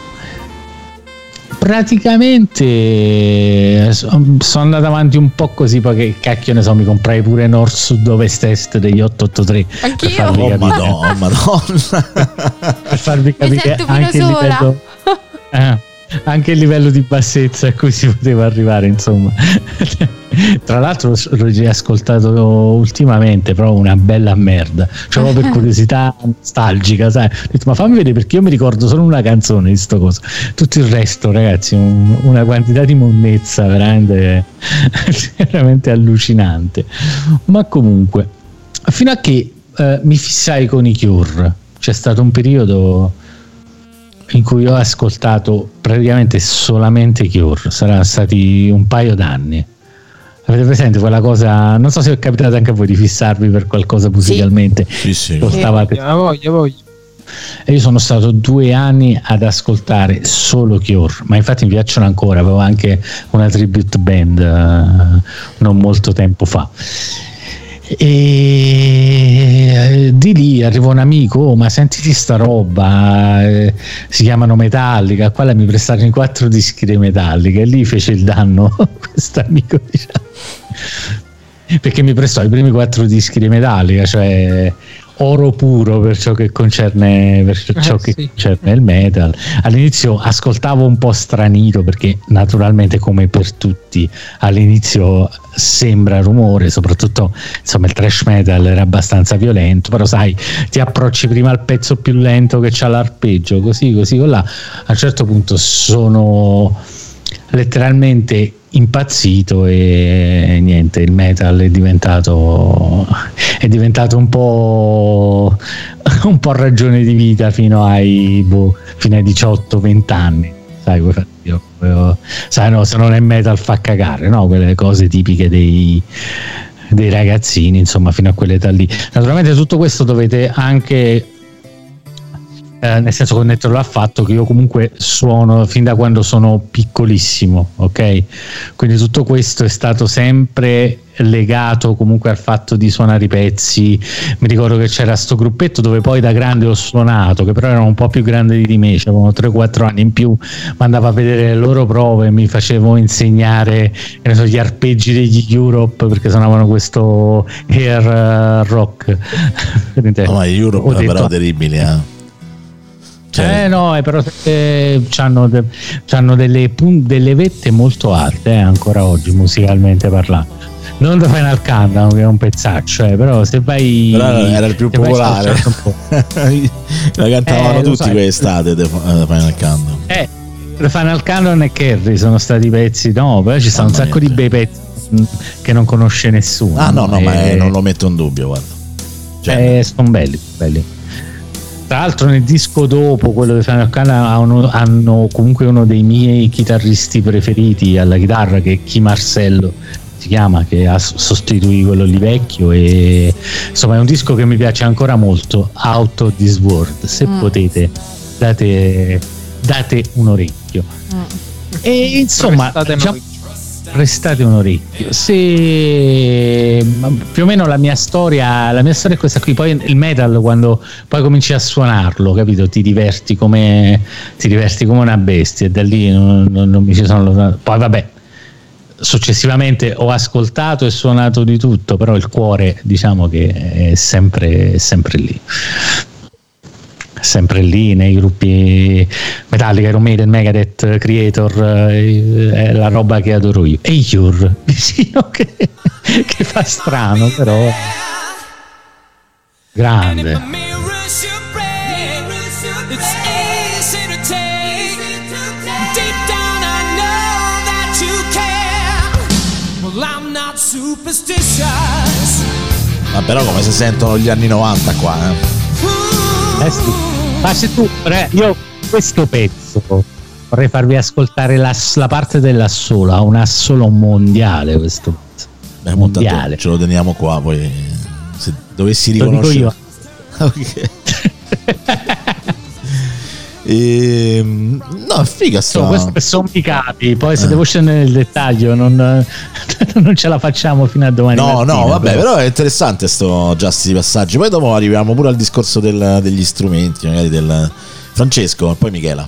praticamente sono andato avanti un po' così, poi che cacchio ne so, mi comprai pure Nord Sud Ovest Est degli otto otto tre. Anch'io? Per farvi oh capire, madonna, madonna. per farvi capire anche il livello, eh, anche il livello di bassezza a cui si poteva arrivare, insomma. Tra l'altro l'ho riascoltato ultimamente, però una bella merda, cioè proprio per curiosità nostalgica, sai? Ho detto, ma fammi vedere, perché io mi ricordo solo una canzone di sto coso, tutto il resto, ragazzi, un, una quantità di monnezza veramente veramente allucinante. Ma comunque, fino a che eh, mi fissai con i Cure, c'è stato un periodo in cui ho ascoltato praticamente solamente Cure, saranno stati un paio d'anni. Avete presente quella cosa? Non so se è capitato anche a voi di fissarvi per qualcosa musicalmente. Sì, sì. Ascoltavate. A voglia, a voglia. E io sono stato due anni ad ascoltare solo Cure, ma infatti mi piacciono ancora. Avevo anche una tribute band uh, non molto tempo fa. E di lì arrivò un amico, oh, ma sentiti sta roba, eh, si chiamano Metallica, qua mi prestarono i quattro dischi di Metallica e lì fece il danno questo amico, diciamo, perché mi prestò i primi quattro dischi di Metallica, cioè oro puro per ciò che concerne per ciò eh, che sì. concerne il metal. All'inizio ascoltavo un po' stranito, perché naturalmente, come per tutti, all'inizio sembra rumore, soprattutto insomma il thrash metal era abbastanza violento, però sai, ti approcci prima al pezzo più lento che c'ha l'arpeggio, così così con là. A un certo punto sono letteralmente impazzito e niente, il metal è diventato è diventato un po' un po' ragione di vita fino ai boh, fino ai diciotto venti anni, sai, io, io, sai, no, se non è metal fa cagare, no, quelle cose tipiche dei dei ragazzini, insomma, fino a quell'età lì. Naturalmente tutto questo dovete anche Eh, nel senso, connetterlo al fatto che io comunque suono fin da quando sono piccolissimo, ok? Quindi tutto questo è stato sempre legato comunque al fatto di suonare i pezzi. Mi ricordo che c'era sto gruppetto dove poi da grande ho suonato, che però erano un po' più grandi di me, avevano tre quattro anni in più, mi andavo a vedere le loro prove, mi facevo insegnare, che ne so, gli arpeggi degli Europe, perché suonavano questo hair rock. No, ma gli Europe Ho detto, però terribili, eh. Cioè, eh no, eh, però eh, c'hanno, de- c'hanno delle, pun- delle vette molto alte, eh, ancora oggi, musicalmente parlando. Non da Final Countdown, che è un pezzaccio, eh, però se vai, però era il più popolare, la cantavano eh, tutti sai. quest'estate da Final Countdown. Eh, Final Countdown e Kerry sono stati pezzi, no, però ci stanno un sacco di bei pezzi mh, che non conosce nessuno. Ah no, no, e, ma eh, non lo metto in dubbio, guarda. Cioè, eh, sono belli, belli. Tra l'altro nel disco dopo, quello di Final Countdown, hanno, hanno comunque uno dei miei chitarristi preferiti alla chitarra, che è Chi Marcello si chiama, che ha sostituito quello lì vecchio, e insomma è un disco che mi piace ancora molto, Out of This World. Se mm. potete date, date un orecchio. mm. E insomma diciamo, prestate un orecchio. Se più o meno la mia storia la mia storia è questa qui. Poi il metal, quando poi cominci a suonarlo, capito, ti diverti come ti diverti come una bestia, e da lì non, non, non mi ci sono allontanato. Poi vabbè, successivamente ho ascoltato e suonato di tutto, però il cuore, diciamo che è sempre, è sempre lì sempre lì nei gruppi Metallica, Iron Maiden, Megadeth, Creator, eh, è la roba che adoro io. E Cure vicino, che, che fa strano, però grande. Ma però come si sentono gli anni novanta qua, eh? Eh sì. Ma se tu, io questo pezzo vorrei farvi ascoltare la, la parte dell'assolo, ha un assolo mondiale questo pezzo. Beh, mondiale. Ce lo teniamo qua, poi se dovessi riconoscere. Lo dico io. Ok. E, no, è figa sta. So, questo sono i capi, poi se eh. devo scendere nel dettaglio non, non ce la facciamo fino a domani no mattina, no vabbè, però. però è interessante sto giusti di passaggi. Poi dopo arriviamo pure al discorso del, degli strumenti, magari del Francesco e poi Michela.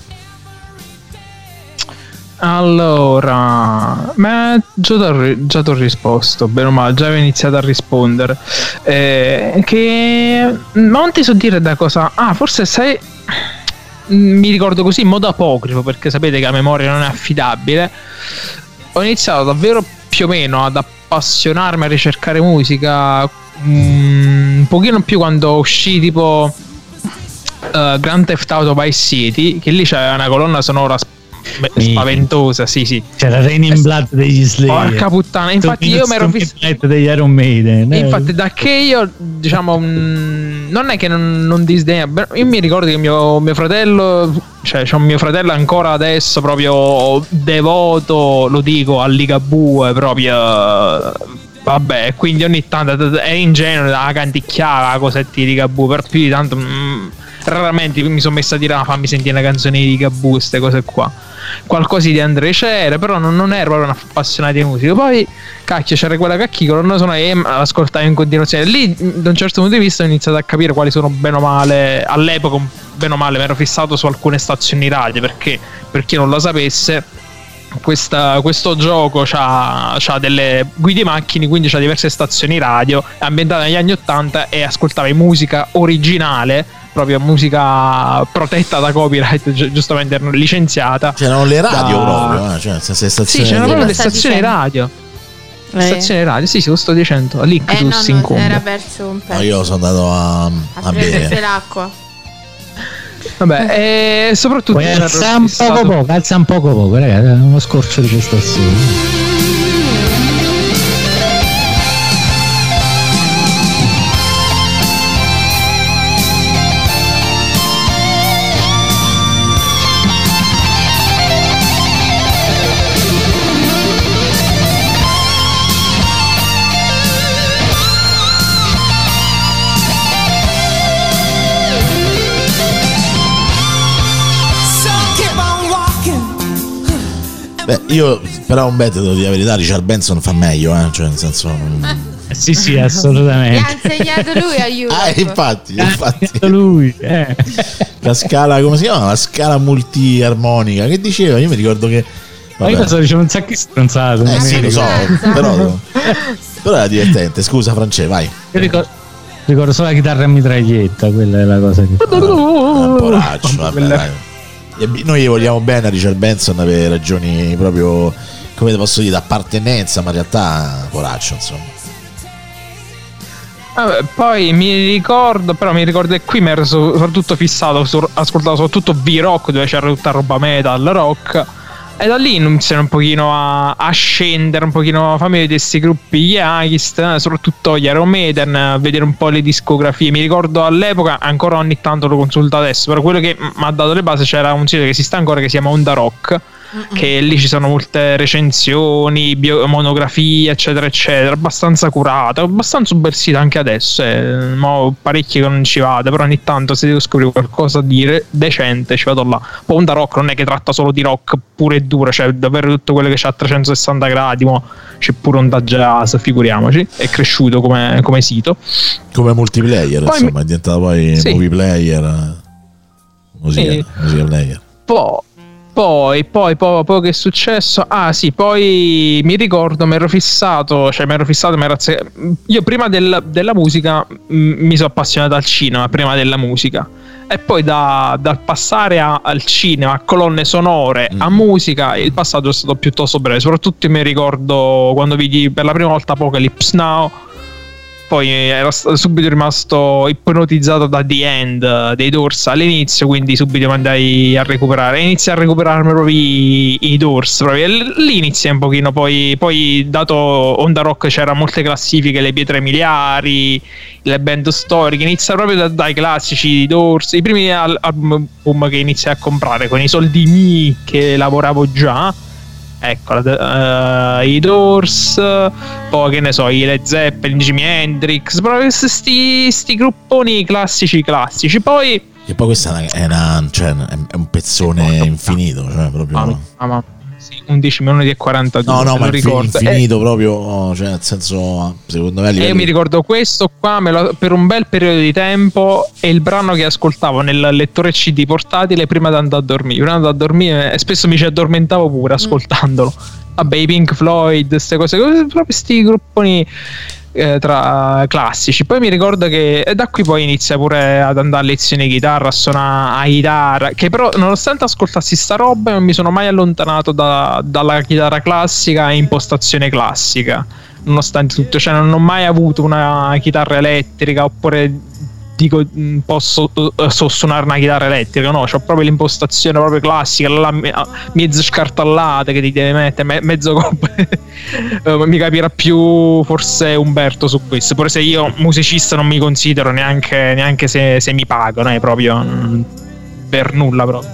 Allora, ma già ti ho risposto, bene o male, già avevo iniziato a rispondere, eh, che ma non ti so dire da cosa. Ah, forse sai, mi ricordo così in modo apocrifo, perché sapete che la memoria non è affidabile, ho iniziato davvero più o meno ad appassionarmi a ricercare musica mm, un pochino più quando uscì tipo uh, Grand Theft Auto Vice City, che lì c'era una colonna sonora sp- spaventosa, sì sì, c'era Raining Blood degli Slayer, porca puttana, infatti io mi ero fissato degli Iron Maiden, eh. infatti da che io diciamo mh, non è che non, non disdegna, io mi ricordo che mio, mio fratello, cioè c'è un mio fratello ancora adesso proprio devoto, lo dico, a Ligabue proprio, vabbè, quindi ogni tanto è ingenuo, la canticchiava la cosetta di Ligabue, per più di tanto mh, raramente mi sono messo a dire ah, fammi sentire una canzone di Ligabue, queste cose qua, qualcosa di André c'era, però non, non ero proprio un appassionato di musica. Poi cacchio c'era quella cacchio colonna sonora e ascoltavo in continuazione. Lì da un certo punto di vista ho iniziato a capire quali sono bene o male, all'epoca bene o male mi ero fissato su alcune stazioni radio, perché per chi non lo sapesse questa, questo gioco c'ha, c'ha delle guide macchine, quindi c'ha diverse stazioni radio, è ambientata negli anni ottanta e ascoltavi musica originale, proprio musica protetta da copyright, gi- giustamente licenziata. C'erano le radio da... proprio, eh? Cioè, se stazioni sì, c'erano proprio le stazioni radio. Eh. Stazione radio, sì, sì, lo sto dicendo. L'ictus eh, no, incombe. era perso un pezzo. No, io sono andato a, a, a prendersi bere l'acqua. Vabbè, e soprattutto poi alza un stato... poco poco, alza un poco poco, ragazzi, uno scorcio di prestazioni. Beh, io però un bet, devo dire la verità, Richard Benson fa meglio, eh? Cioè nel senso non... eh, sì sì, assolutamente. Mi ha insegnato lui a Europe. Ah, infatti, infatti. lui, eh. La scala, come si chiama? La scala multiarmonica, che diceva? Io mi ricordo che ma io sto dicendo un sacco di stronzate. Eh sì, lo so, però, però era divertente. Scusa Francesco, vai. Io ricordo, ricordo solo la chitarra a mitraglietta, quella è la cosa che ah, un poraccio, vabbè, dai. Noi gli vogliamo bene a Richard Benson per ragioni proprio, come te posso dire, d'appartenenza, ma in realtà poraccio, insomma. Vabbè, poi mi ricordo, però mi ricordo che qui mi ero soprattutto fissato, ascoltavo soprattutto V-Rock, dove c'era tutta roba metal, rock, e da lì iniziano un pochino a, a scendere, un pochino, fammi vedere questi gruppi, gli Agist, soprattutto gli Iron Maiden, vedere un po' le discografie. Mi ricordo all'epoca, ancora ogni tanto lo consulto adesso, però quello che mi ha dato le basi, c'era un sito che esiste ancora che si chiama Onda Rock, che lì ci sono molte recensioni, bio, monografie, eccetera eccetera, abbastanza curata, abbastanza un bel sito anche adesso, eh. Mo parecchi che non ci vado, però ogni tanto se devo scoprire qualcosa di re- decente ci vado là. Poi Onda Rock non è che tratta solo di rock puro e duro, cioè davvero tutto quello che c'ha a trecentosessanta gradi, mo c'è pure Onda Jazz, figuriamoci, è cresciuto come, come sito, come multiplayer, poi insomma mi... è diventato poi sì. movie player, musica, sì. musica player. Poi Poi, poi, poi, poi che è successo? Ah sì, poi mi ricordo, mi ero fissato, cioè mi ero fissato, mi ero azze... io prima del, della musica m- mi sono appassionato al cinema, prima della musica. E poi da, dal passare a, al cinema, a colonne sonore, mm. a musica, il passaggio è stato piuttosto breve. Soprattutto mi ricordo quando vidi per la prima volta Apocalypse Now. Poi era subito rimasto ipnotizzato da The End dei Doors all'inizio, quindi subito mi andai a recuperare. Inizi a recuperarmi proprio i, i Doors, proprio. Lì inizia un pochino. Poi, poi dato Onda Rock c'era molte classifiche, le pietre miliari, le band storiche. Inizia proprio da, dai classici di Doors, i primi album che iniziai a comprare con i soldi miei che lavoravo già. Ecco, uh, i Doors, poi che ne so, i Led Zeppelin, Jimi Hendrix, proprio sti, sti grupponi classici classici. Poi e poi questa è, una, cioè, è un pezzone infinito, cioè proprio mamma, mamma, sì, undici minuti e quarantadue. No, no, ma ricordo. infinito eh, proprio, cioè nel senso, secondo me io mi ricordo questo qua me lo, per un bel periodo di tempo, è il brano che ascoltavo nel lettore C D portatile prima di andare a dormire. Prima di andare a dormire e spesso mi ci addormentavo pure ascoltandolo. Vabbè, i Pink Floyd, queste cose, proprio sti grupponi eh, tra classici. Poi mi ricordo che da qui poi inizia pure ad andare a lezioni di chitarra, a suonare a chitarra, che però nonostante ascoltassi sta roba non mi sono mai allontanato da, dalla chitarra classica e impostazione classica, nonostante tutto, cioè non ho mai avuto una chitarra elettrica oppure dico posso so suonare una chitarra elettrica, no, c'ho proprio l'impostazione proprio classica, la mezzo scartallata che ti deve mettere, me, mezzo colpo. Mi capirà più forse Umberto su questo, pure se io musicista non mi considero neanche, neanche se, se mi pagano, è proprio mh, per nulla proprio.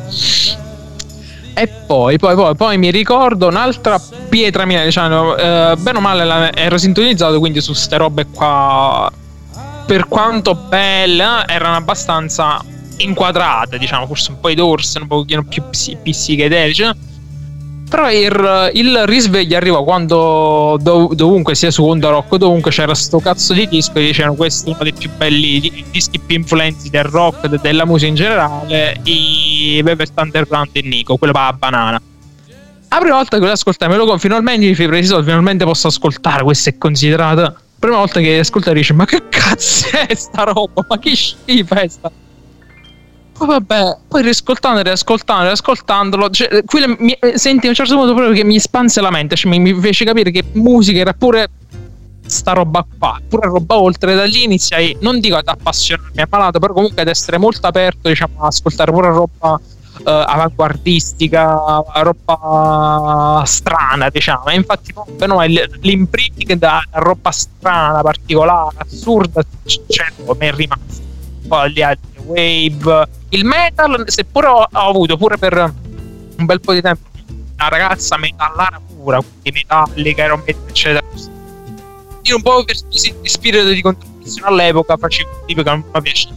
E poi, poi, poi, poi mi ricordo un'altra pietra mia, diciamo, eh, bene o male la, ero sintonizzato quindi su ste robe qua, per quanto belle, erano abbastanza inquadrate, diciamo, forse un po' i dorsi, un pochino più psichedelici, no? Però il, il risveglio arrivò quando dov- dovunque, sia su Onda Rock, dovunque c'era sto cazzo di disco e dicevano questo è uno dei più belli di- dischi più influenti del rock, de- della musica in generale, i Velvet Underground e Nico, quello per la banana. La prima volta che lo ascoltai me lo con finalmente mi fai preso, finalmente posso ascoltare, questo è considerato. Prima volta che ascolta dice ma che cazzo è sta roba, ma che schifo è sta. Poi vabbè, poi riascoltando, riascoltando, riascoltandolo, cioè, qui le, mi, senti a un certo punto proprio che mi espanse la mente, cioè mi, mi fece capire che musica era pure sta roba qua, pure roba oltre. Da lì iniziai, non dico ad appassionarmi a malato, però comunque ad essere molto aperto, diciamo, a ascoltare pure roba uh, avanguardistica, roba strana, diciamo. E infatti no, l'imprinting da, da roba strana, particolare, assurda, cioè, mi è rimasto. Poi gli altri wave, il metal, seppure ho, ho avuto pure per un bel po' di tempo una ragazza metallara pura, quindi metallica, ero eccetera. Io un po' per spirito di contraddizione all'epoca facevo un tipo che non mi piaceva.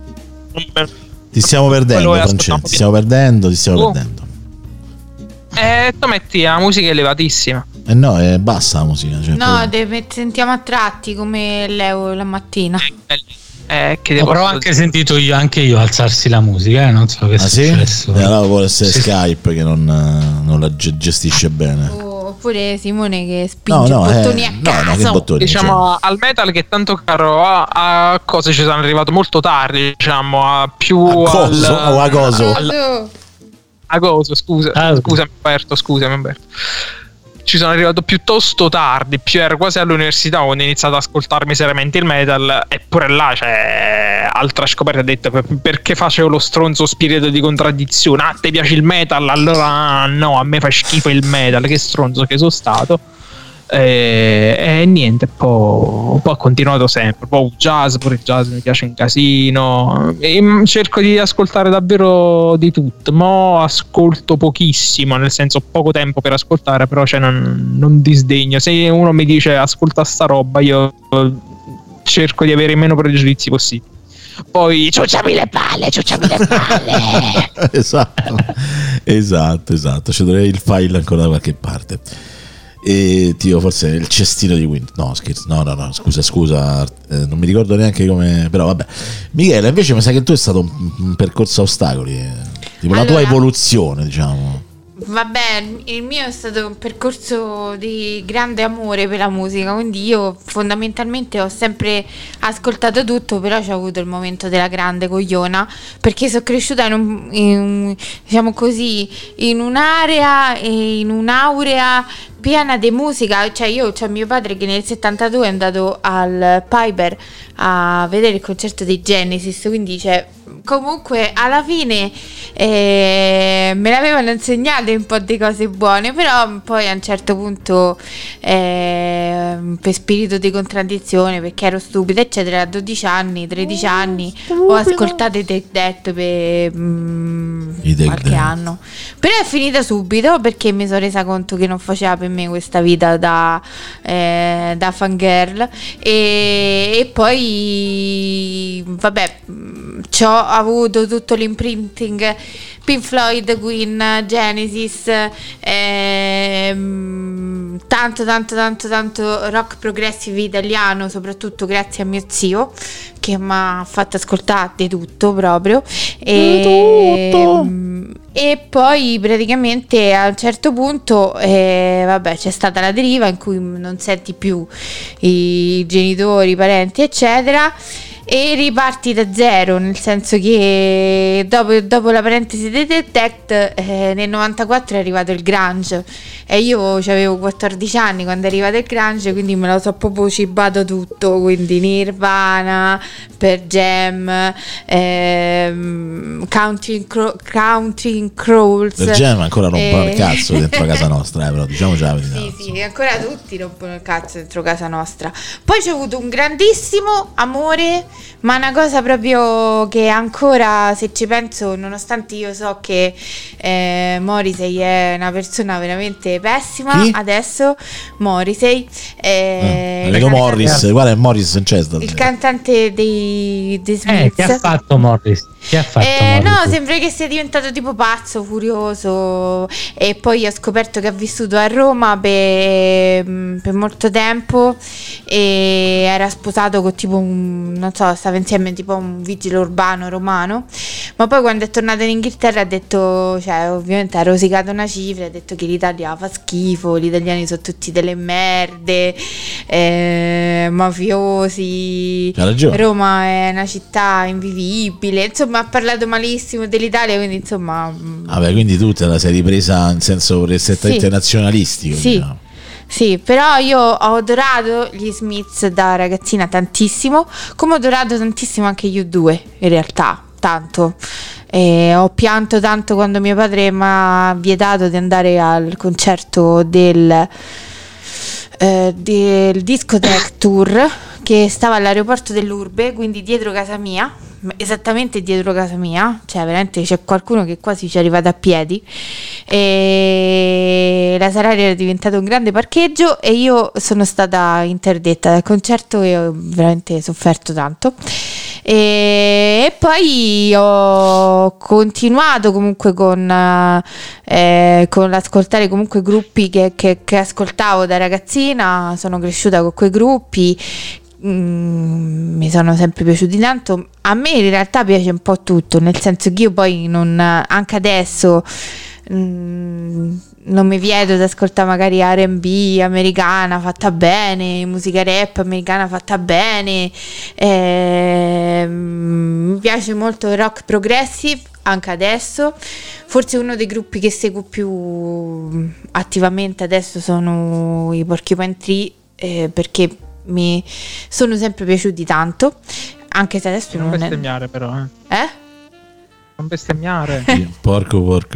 Ti stiamo perdendo, Francesco, ti stiamo perdendo, ti stiamo oh. perdendo. Eh, tu metti la musica elevatissima. Eh no, è bassa la musica. Cioè no, poi... deve, sentiamo a tratti come Leo la mattina. Eh, Eh, che devo però ho anche sentito io, anche io alzarsi la musica, eh? Non so che è ah, successo. Sì? E allora vuole essere sì. Skype che non, non la gestisce bene. Oh, oppure Simone che spinge no, no, bottoni eh, a caso. no, no, che bottoni, diciamo cioè. Al metal che è tanto caro a, a cose ci sono arrivato molto tardi, diciamo a più a coso, al, o a coso. Al, a coso, scusa, ah, scusami Umberto, scusami Umberto. Ci sono arrivato piuttosto tardi, più ero quasi all'università quando ho iniziato ad ascoltarmi seriamente il metal, eppure là c'è altra scoperta, ho detto perché facevo lo stronzo spirito di contraddizione. Ah, ti piace il metal? Allora no, a me fa schifo il metal, che stronzo che sono stato. E, e niente, poi, poi ho continuato sempre. Poi jazz, pure il jazz mi piace un casino. E cerco di ascoltare davvero di tutto. Mo ascolto pochissimo, nel senso ho poco tempo per ascoltare, però cioè non, non disdegno. Se uno mi dice ascolta sta roba, io cerco di avere i meno pregiudizi possibili. Poi ciucciami le palle, ciucciami le palle. esatto, esatto, esatto. Ci dovrei il file ancora da qualche parte. E tio, forse il cestino di Wind. No, scherzo, no, no, no, scusa, scusa, eh, non mi ricordo neanche come. Però vabbè. Michele, invece mi sa che tu è stato un, un percorso a ostacoli, eh. Tipo allora, la tua evoluzione, diciamo. Vabbè, il mio è stato un percorso di grande amore per la musica, quindi io fondamentalmente ho sempre ascoltato tutto, però c'ho avuto il momento della grande cogliona, perché sono cresciuta in un, in, diciamo così, in un'area e in un'aurea piena di musica. Cioè io c'ho mio padre che nel settantadue è andato al Piper a vedere il concerto di Genesis, quindi cioè comunque alla fine eh, me l'avevano insegnato un po' di cose buone, però poi a un certo punto eh, per spirito di contraddizione, perché ero stupida eccetera, a dodici anni, tredici anni ho ascoltato i Take That per mm, qualche that. anno, però è finita subito perché mi sono resa conto che non faceva per me questa vita da, eh, da fangirl, e, e poi vabbè c'ho avuto tutto l'imprinting Pink Floyd, Queen, Genesis, ehm, tanto tanto tanto tanto rock progressive italiano, soprattutto grazie a mio zio che mi ha fatto ascoltare di tutto proprio e, tutto. E poi praticamente a un certo punto eh, vabbè, c'è stata la deriva in cui non senti più i genitori, i parenti eccetera, e riparti da zero, nel senso che dopo, dopo la parentesi dei Detect eh, nel novantaquattro è arrivato il grunge e io avevo quattordici anni quando è arrivato il grunge, quindi me lo so proprio cibato tutto, quindi Nirvana, Pearl Jam, ehm, Counting, Cro- Counting Crows. Pearl Jam ancora rompono eh. il cazzo dentro casa nostra, eh, però diciamoci la verità. Sì, sì, ancora tutti rompono il cazzo dentro casa nostra. Poi c'ho avuto un grandissimo amore, ma una cosa proprio che ancora, se ci penso, nonostante io so che eh, Morrissey è una persona veramente pessima, Chi? adesso Morrissey eh, eh, vedo Morris, guarda Morris non c'è stato. il cantante dei, dei Smiths. Eh, che ha fatto Morris? Che ha fatto Eh, Morris? no, sembra che sia diventato tipo pazzo, furioso, e poi ho scoperto che ha vissuto a Roma per, per molto tempo e era sposato con tipo un, non so, stava insieme tipo a un vigile urbano romano, ma poi quando è tornato in Inghilterra ha detto, cioè ovviamente ha rosicato una cifra, ha detto che l'Italia fa schifo, gli italiani sono tutti delle merde, eh, mafiosi, Ha ragione. Roma è una città invivibile, insomma ha parlato malissimo dell'Italia, quindi insomma Vabbè, quindi tu te la sei ripresa in senso strettamente Sì. nazionalistico, Sì. diciamo. Sì, però io ho adorato gli Smiths da ragazzina tantissimo, come ho adorato tantissimo anche gli U due, in realtà, tanto. E ho pianto tanto quando mio padre mi ha vietato di andare al concerto del, eh, del Discotheque Tour, che stava all'aeroporto dell'Urbe, quindi dietro casa mia, esattamente dietro casa mia, cioè veramente c'è qualcuno che quasi ci è arrivato a piedi, e la Salaria era diventato un grande parcheggio e io sono stata interdetta dal concerto e ho veramente sofferto tanto. E, e poi ho continuato comunque con, eh, con l'ascoltare comunque gruppi che, che, che ascoltavo da ragazzina, sono cresciuta con quei gruppi. Mm, mi sono sempre piaciuti tanto. A me in realtà piace un po' tutto, nel senso che io poi non, anche adesso mm, non mi vieto di ascoltare magari R and B americana fatta bene, musica rap americana fatta bene, eh, mi piace molto il rock progressive anche adesso. Forse uno dei gruppi che seguo più attivamente adesso sono i Porcupine Tree, eh, perché mi sono sempre piaciuti tanto, anche se adesso Non non, bestemmiare però, eh. è eh? Non bestemmiare. Sì, porco porco.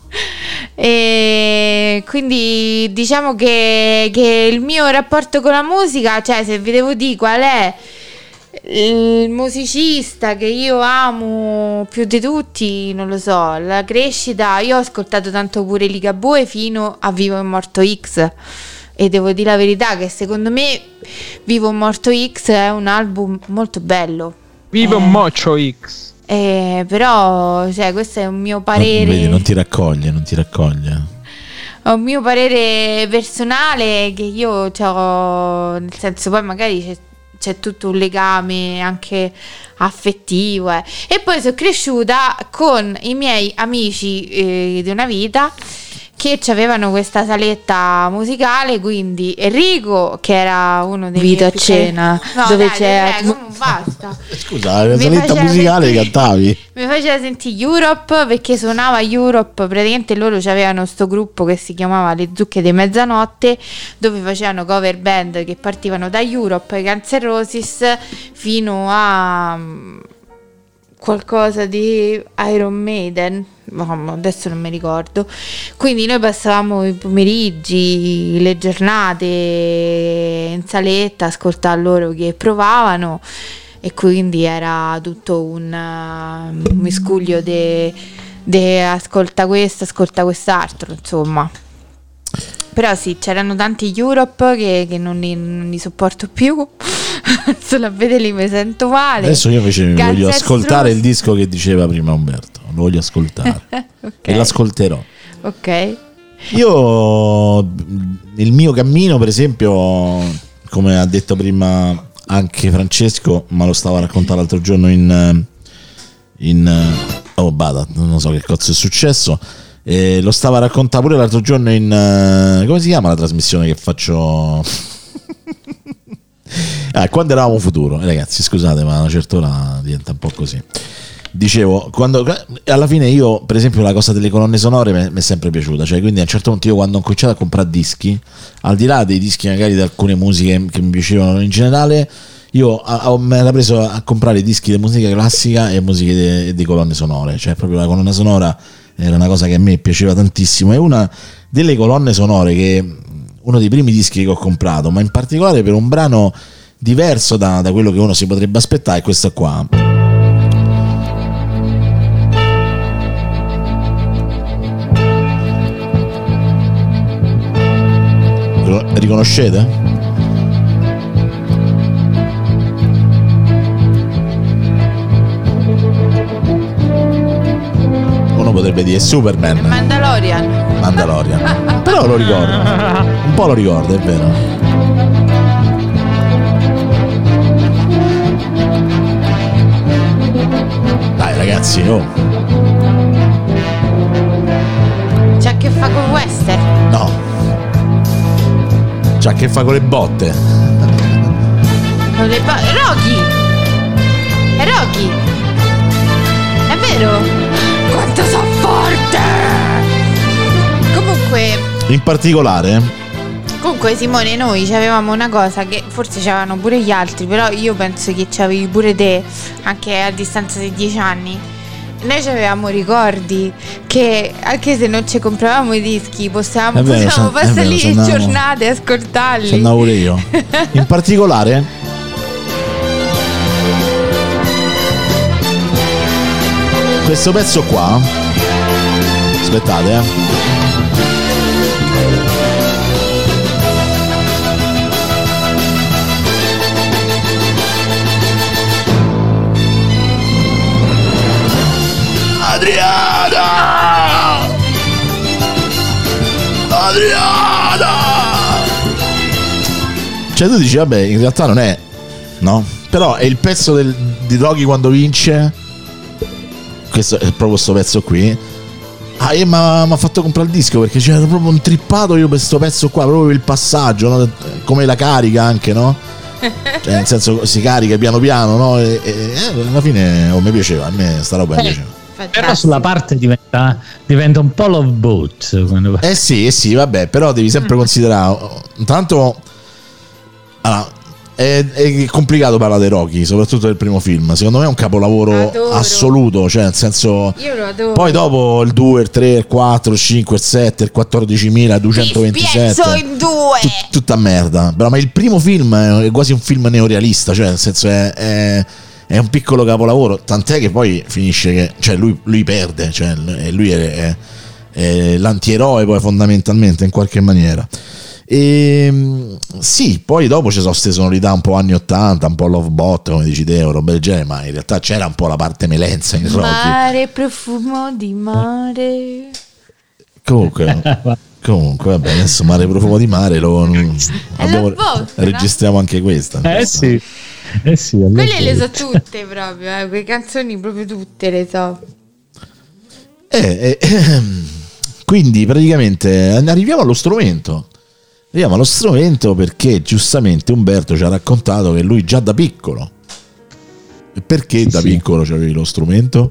E quindi diciamo che, che il mio rapporto con la musica, cioè se vi devo dire qual è il musicista che io amo più di tutti, non lo so, la crescita, io ho ascoltato tanto pure Ligabue fino a Vivo e Morto X, e devo dire la verità che secondo me Vivo e Morto X è un album molto bello. Vivo eh, Mocho X. eh, però cioè, questo è un mio parere, Vedi, non ti raccoglie, non ti raccoglie. è un mio parere personale che io c'ho, nel senso poi magari c'è, c'è tutto un legame anche affettivo, eh. E poi sono cresciuta con i miei amici eh, di una vita che avevano questa saletta musicale, quindi Enrico che era uno dei Vito miei a più cena, no, dove dai, c'è prego, atmo- non basta. Scusa, la Mi saletta faceva musicale sentire- cantavi? Mi faceva sentire Europe, perché suonava Europe, praticamente loro avevano sto gruppo che si chiamava Le Zucche di Mezzanotte, dove facevano cover band che partivano da Europe, Guns N' Roses, fino a mm, qualcosa di Iron Maiden, ma adesso non mi ricordo. Quindi noi passavamo i pomeriggi, le giornate in saletta, a ascoltare loro che provavano, e quindi era tutto un, uh, un miscuglio di ascolta questo, ascolta quest'altro, insomma. Però sì, c'erano tanti Europe che, che non, li, non li sopporto più. Solo a vederli mi sento male. Adesso io invece mi Guns voglio N' ascoltare Roses. il disco che diceva prima Umberto. Lo voglio ascoltare. Ok. e l'ascolterò. Ok. Io il mio cammino, per esempio, come ha detto prima anche Francesco, ma lo stavo a raccontare l'altro giorno in in oh bada, non so che cazzo è successo. Eh, lo stava a raccontare pure l'altro giorno in uh, come si chiama la trasmissione che faccio? ah, quando eravamo futuro, eh, ragazzi, scusate, ma a una certa ora diventa un po' così. Dicevo, quando alla fine io, per esempio, la cosa delle colonne sonore mi è sempre piaciuta, cioè quindi a un certo punto io quando ho cominciato a comprare dischi, al di là dei dischi magari di alcune musiche che mi piacevano in generale, io ho, mi era preso a comprare dischi di musica classica e musiche di, di colonne sonore, cioè proprio la colonna sonora era una cosa che a me piaceva tantissimo. È una delle colonne sonore che uno dei primi dischi che ho comprato, ma in particolare per un brano diverso da, da quello che uno si potrebbe aspettare, è questo qua. Riconoscete? Uno potrebbe dire Superman, Mandalorian. Mandalorian. Però lo ricordo, un po' lo ricordo, è vero. Dai ragazzi, oh. C'ha a che fa col western? No. C'ha a che fa con le botte. Con le bo- Rocky! È Rocky! È vero? Quanto so forte! Comunque In particolare Comunque Simone, noi avevamo una cosa che forse c'avevano pure gli altri, però io penso che c'avevi pure te, anche a distanza di dieci anni. Noi avevamo ricordi che anche se non ci compravamo i dischi potevamo, vero, potevamo c'è- è passare vero, lì ci le andavamo- giornate a ascoltarli. ci andavo pure io. In particolare questo pezzo qua, aspettate eh Adriana! Adriana! Cioè tu dici vabbè, in realtà non è, no? Però è il pezzo del, di Rocky quando vince. Questo è proprio questo pezzo qui. Ah, e mi ha fatto comprare il disco perché c'era proprio un trippato io per questo pezzo qua, proprio per il passaggio, no? Come la carica anche, no? Cioè nel senso si carica piano piano, no? E, e, e alla fine oh, mi piaceva, a me sta roba mi piaceva. Però sulla parte diventa, diventa un po' Love Boat quando... Eh sì, eh sì, vabbè, però devi sempre considerare. Intanto allora, è, è complicato parlare dei Rocky, soprattutto del primo film. Secondo me è un capolavoro Adoro. assoluto, cioè nel senso. Io lo adoro. Poi dopo il due, il tre, il quattro, il cinque, il sette, il quattordicimiladuecentoventisette. Ti spiezzo in due. Tut- tutta merda. Però ma il primo film è quasi un film neorealista, cioè nel senso è, è è un piccolo capolavoro, tant'è che poi finisce che cioè lui, lui perde, cioè lui è, è, è l'antieroe poi fondamentalmente in qualche maniera. E sì, poi dopo ci sono queste sonorità un po' anni ottanta, un po' Love Bot come dici te, roba del genere, ma in realtà c'era un po' la parte melenza in Rocky. Mare, profumo di mare. Comunque Comunque vabbè, adesso Mare profumo di mare lo abbiamo, vostra? registriamo anche questa. Eh sì, eh sì. Quelle le so tutte proprio, eh, quelle canzoni proprio tutte le so. Eh, eh, ehm, quindi praticamente arriviamo allo strumento. Arriviamo allo strumento perché giustamente Umberto ci ha raccontato che lui già da piccolo. E perché Sì, da sì. piccolo c'avevi lo strumento?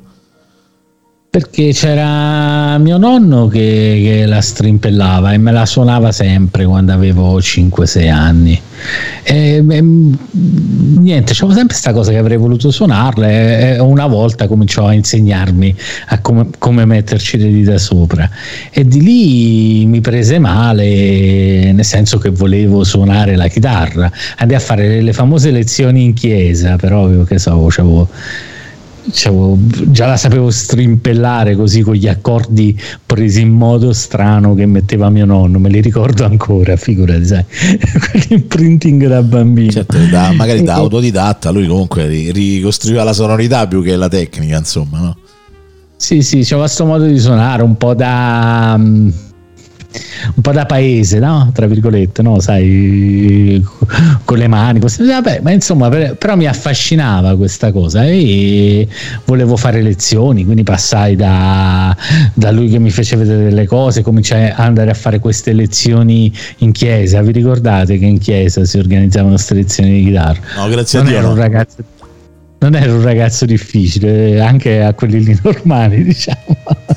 Perché c'era mio nonno che, che la strimpellava e me la suonava sempre quando avevo cinque sei anni. E, e, niente, c'avevo sempre questa cosa che avrei voluto suonarla e, e una volta cominciò a insegnarmi a come, come metterci le dita sopra. E di lì mi prese male, nel senso che volevo suonare la chitarra. Andai a fare le famose lezioni in chiesa, però che so, c'avevo... C'avevo, già la sapevo strimpellare così con gli accordi presi in modo strano che metteva mio nonno, me li ricordo ancora, figurati, sai, quell'imprinting da bambino. Certo, da, magari da autodidatta lui comunque ri- ricostruiva la sonorità più che la tecnica, insomma, no? sì, sì, c'è questo modo di suonare un po' da um, un po' da paese, no? Tra virgolette, no? Sai, con le mani, così. Vabbè, ma insomma, per, però mi affascinava questa cosa e volevo fare lezioni, quindi passai da, da lui che mi fece vedere delle cose, cominciai ad andare a fare queste lezioni in chiesa. Vi ricordate che in chiesa si organizzavano queste lezioni di chitarra? No, grazie non a Dio. Ero un ragazzo, non ero un ragazzo difficile, anche a quelli lì normali, diciamo.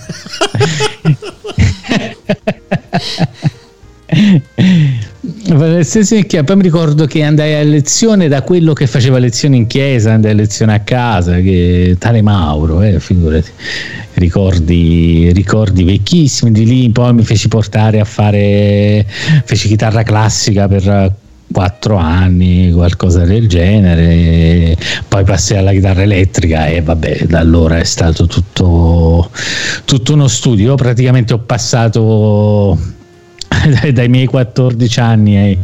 Sì, sì, poi mi ricordo che andai a lezione da quello che faceva lezioni in chiesa, andai a lezione a casa, che tale Mauro, eh, figurati, ricordi, ricordi vecchissimi. Di lì poi mi feci portare a fare, feci chitarra classica per quattro anni, qualcosa del genere, poi passai alla chitarra elettrica e vabbè, da allora è stato tutto, tutto uno studio. Io praticamente ho passato dai miei quattordici anni ai,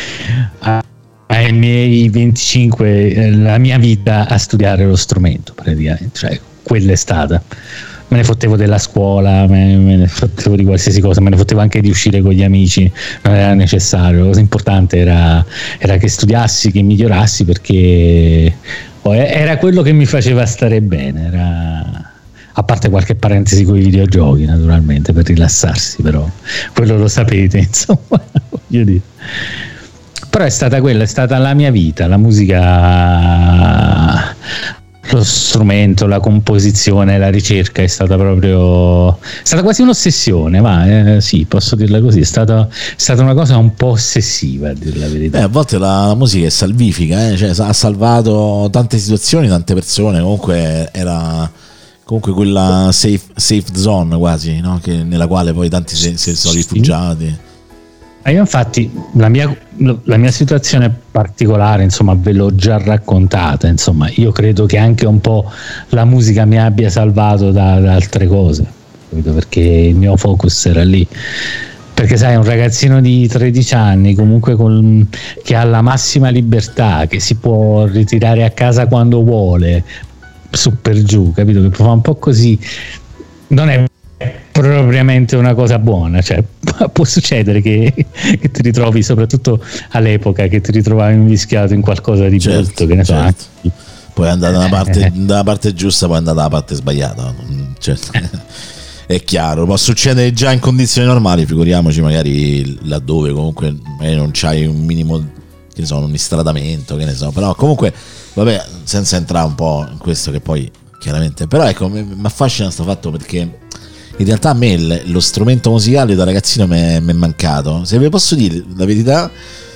ai miei venticinque la mia vita a studiare lo strumento, praticamente, cioè quella è stata. Me ne fottevo della scuola, me, me ne fottevo di qualsiasi cosa, me ne fottevo anche di uscire con gli amici, non era necessario. La cosa importante era, era che studiassi, che migliorassi, perché era quello che mi faceva stare bene, era, a parte qualche parentesi con i videogiochi naturalmente per rilassarsi, però quello lo sapete, insomma, voglio dire. Però è stata quella, è stata la mia vita, la musica, lo strumento, la composizione, la ricerca è stata proprio, è stata quasi un'ossessione, ma eh, sì, posso dirla così, è stata, è stata una cosa un po' ossessiva, a dire la verità. Eh, a volte la, la musica è salvifica, eh? Cioè, ha salvato tante situazioni, tante persone, comunque era comunque quella safe, safe zone quasi, no? Che, nella quale poi tanti si, si sono rifugiati. Ah, io infatti la mia, la mia situazione particolare, insomma, ve l'ho già raccontata, insomma, io credo che anche un po' la musica mi abbia salvato da, da altre cose, capito? Perché il mio focus era lì. Perché sai, un ragazzino di tredici anni comunque con, che ha la massima libertà, che si può ritirare a casa quando vuole, su per giù, capito? Che fa un po' così, non è propriamente una cosa buona, cioè può succedere che, che ti ritrovi, soprattutto all'epoca, che ti ritrovavi invischiato in qualcosa di certo, brutto, che ne so, certo. Poi è andata dalla parte, dalla parte giusta, poi è andata dalla parte sbagliata, certo. È chiaro, può succedere già in condizioni normali, figuriamoci magari laddove comunque non c'hai un minimo, che ne so, un istratamento, che ne so, però comunque vabbè, senza entrare un po' in questo, che poi chiaramente, però ecco, mi affascina questo fatto, perché in realtà a me il, lo strumento musicale da ragazzino mi è mancato. Se vi posso dire la verità,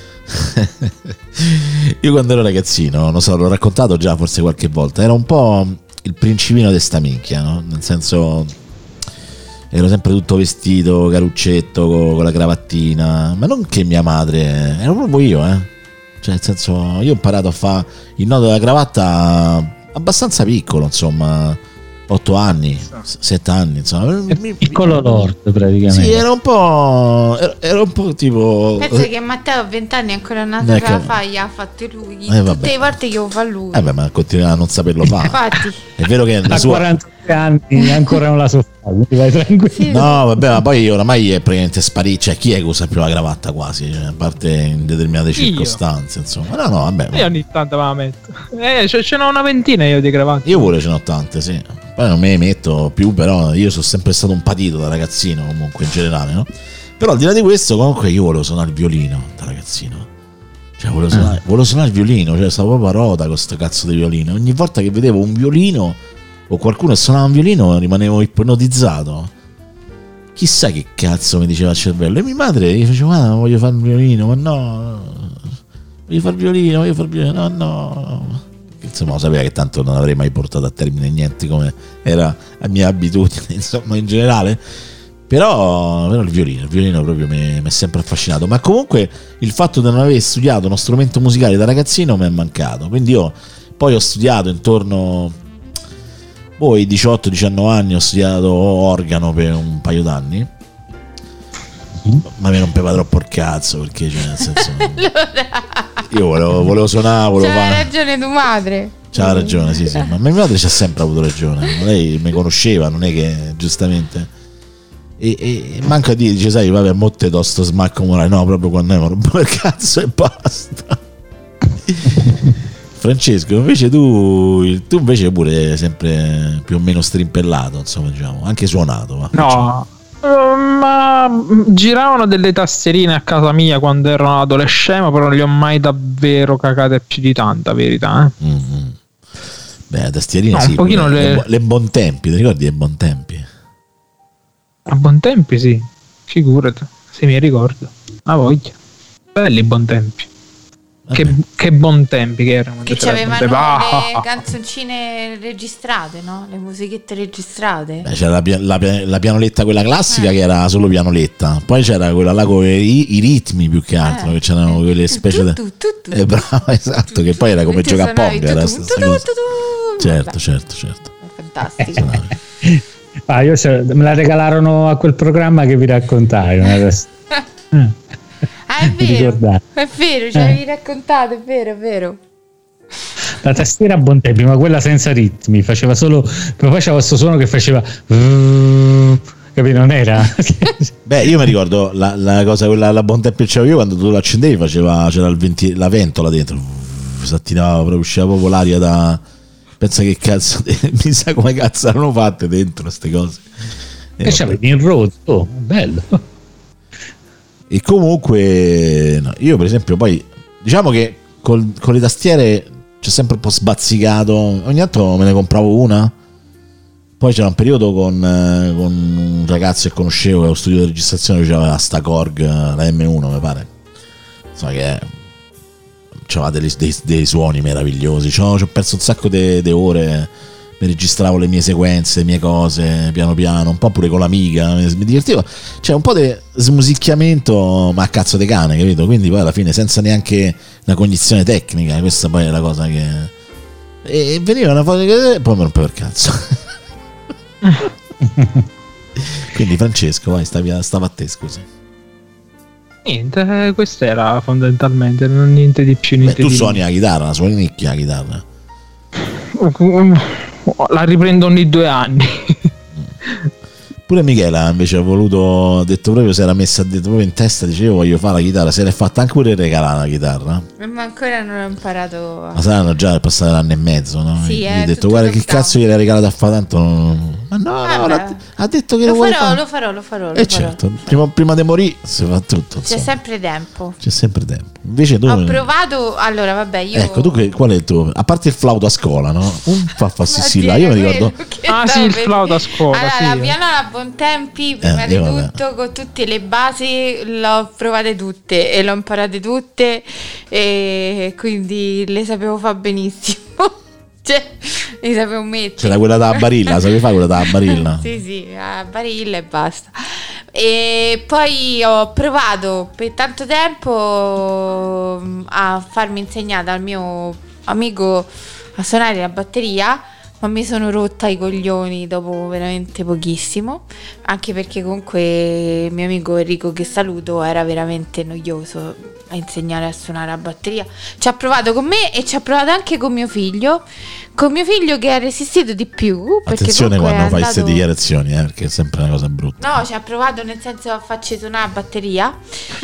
io quando ero ragazzino, non so, l'ho raccontato già forse qualche volta, era un po' il principino di sta minchia, no? Nel senso, ero sempre tutto vestito, caruccetto, con, con la cravattina, ma non che mia madre, ero proprio io, eh. Cioè, nel senso, io ho imparato a fare il nodo della cravatta abbastanza piccolo, insomma, otto anni, sette anni, insomma. Piccolo lord, praticamente. Sì, era un po', era, era un po' tipo. Penso che Matteo a venti anni ancora nato con la faglia, ha fatto lui eh, tutte le volte che lo fa lui. Eh beh, ma continua a non saperlo fare. Infatti. È vero che la a sua quarantadue anni ancora non la so fare, quindi vai tranquillo. Sì. No, vabbè, ma poi oramai è praticamente sparito. Cioè, chi è che usa più la cravatta quasi? Cioè, a parte in determinate Io. circostanze, insomma. No, no, vabbè. Io ogni tanto me la metto. Eh, ce, ce n'ho una ventina io di cravatte. Io pure ce n'ho tante, sì. Poi non me ne metto più, però io sono sempre stato un patito da ragazzino, comunque in generale, no? Però al di là di questo, comunque io volevo suonare il violino da ragazzino. Cioè, volevo suonare, volevo suonare il violino, cioè stavo proprio a rota con sto cazzo di violino. Ogni volta che vedevo un violino o qualcuno che suonava un violino rimanevo ipnotizzato. Chissà che cazzo mi diceva il cervello. E mia madre gli faceva: ah, voglio fare il violino, ma no, voglio fare il violino, voglio fare il violino, no, no. Insomma, sapeva che tanto non avrei mai portato a termine niente, come era a mia abitudine, insomma, in generale. Però, però il violino, il violino proprio mi è sempre affascinato. Ma comunque il fatto di non aver studiato uno strumento musicale da ragazzino mi è mancato. Quindi io poi ho studiato intorno poi diciotto diciannove anni, ho studiato organo per un paio d'anni. Ma mi rompeva troppo il cazzo, perché cioè, nel senso, io volevo, volevo suonare, volevo C'ha fare. ragione tua madre. C'ha ragione, sì, sì. Ma mia madre c'ha sempre avuto ragione. Lei mi conosceva, non è che giustamente. E, e manco a dire, dice, sai, vabbè, mo te do sto smacco morale. No, proprio quando è rompo il cazzo e basta. Francesco, invece tu, tu invece pure sempre più o meno strimpellato, insomma, diciamo, anche suonato. Va. No, ma giravano delle tastierine a casa mia quando ero adolescente, però non li ho mai davvero cagate più di tanta verità. Eh? Mm-hmm. Beh, la tastierina no, sì, un pochino le... le... le buon tempi, ti ricordi dei buon tempi? A buon tempi sì, figurati, se mi ricordo. A voglia. Belli buon tempi. Che, che buon tempi che erano. Che c'avevano le canzoncine registrate, no? Le musichette registrate. Beh, c'era la, pia- la, pia- la pianoletta, quella classica, eh. che era solo pianoletta. Poi c'era quella là con i, i ritmi più che altro, eh. che c'erano quelle specie di... Eh, bravo, esatto, che poi era come giocare a Pong. Era certo, certo, certo. Fantastico. Ah, io me la regalarono a quel programma che vi raccontai. Adesso. Ah, è vero, è vero, ci avevi eh. raccontato, è vero, è vero. La tastiera a buon tempi, ma quella senza ritmi, faceva solo, poi faceva questo suono che faceva, capito? Non era. Beh, io mi ricordo la, la cosa, quella la buon tempi che c'avevo io, quando tu l'accendevi faceva, c'era il venti, la ventola dentro, si attivava proprio, usciva proprio l'aria da... Pensa che cazzo, mi sa come cazzo erano fatte dentro queste cose. E, e c'avevi il road, oh, bello. E comunque no, io per esempio poi diciamo che col, con le tastiere c'è sempre un po' sbazzicato, ogni tanto me ne compravo una, poi c'era un periodo con, eh, con un ragazzo che conoscevo che allo studio di registrazione che aveva sta Korg, la M uno mi pare, insomma, che c'aveva dei, dei, dei suoni meravigliosi, ci ho perso un sacco di ore, mi registravo le mie sequenze, le mie cose piano piano, un po' pure con l'amica, mi, mi divertivo, c'è un po' di smusicchiamento ma a cazzo di cane, capito? Quindi poi alla fine senza neanche una cognizione tecnica, questa poi è la cosa che... e veniva una foto che poi mi rompeva il cazzo. Quindi Francesco, vai, stavi, stava a te, scusi. Niente, questo era fondamentalmente, non niente di più, niente. Beh, tu di suoni la chitarra, la suoni nicchia la chitarra. La riprendo ogni due anni. Pure Michela invece ha voluto, ha detto proprio, si era messa a detto proprio in testa, dicevo voglio fare la chitarra, se l'è fatta anche pure regalare la chitarra. Ma ancora non ho imparato. Ma saranno già passati l'anno e mezzo, no? Sì, gli eh, ho detto guarda che stato. cazzo gliel'hai regalato a fare tanto. Ma no, ah, no, ha, ha detto che lo, lo vuole farò, fare. lo farò, lo farò, lo E eh farò. certo, prima, prima di morire si fa tutto. C'è insomma. sempre tempo. C'è sempre tempo. Invece tu ho provato, allora vabbè, io ecco, tu che, qual è il tuo? A parte il flauto a scola, no? Un fa fa sì sì là, io mi ricordo. Ah sì, il flauto a scuola, allora, sì. la pianola a buon tempi, prima Eh, di io vabbè. tutto, con tutte le basi l'ho provate tutte e l'ho imparate tutte e quindi le sapevo fare benissimo. Cioè, le sapevo mettere. C'era quella da barilla, sapevi fare quella da barilla? Sì, sì, a barilla e basta. E poi ho provato per tanto tempo a farmi insegnare dal mio amico a suonare la batteria, ma mi sono rotta i coglioni dopo veramente pochissimo, anche perché comunque il mio amico Enrico, che saluto, era veramente noioso a insegnare a suonare la batteria. Ci ha provato con me e ci ha provato anche con mio figlio, con mio figlio che ha resistito di più. Attenzione quando fai queste andato... dichiarazioni, eh, perché è sempre una cosa brutta. No, ci ha provato nel senso a farci suonare la batteria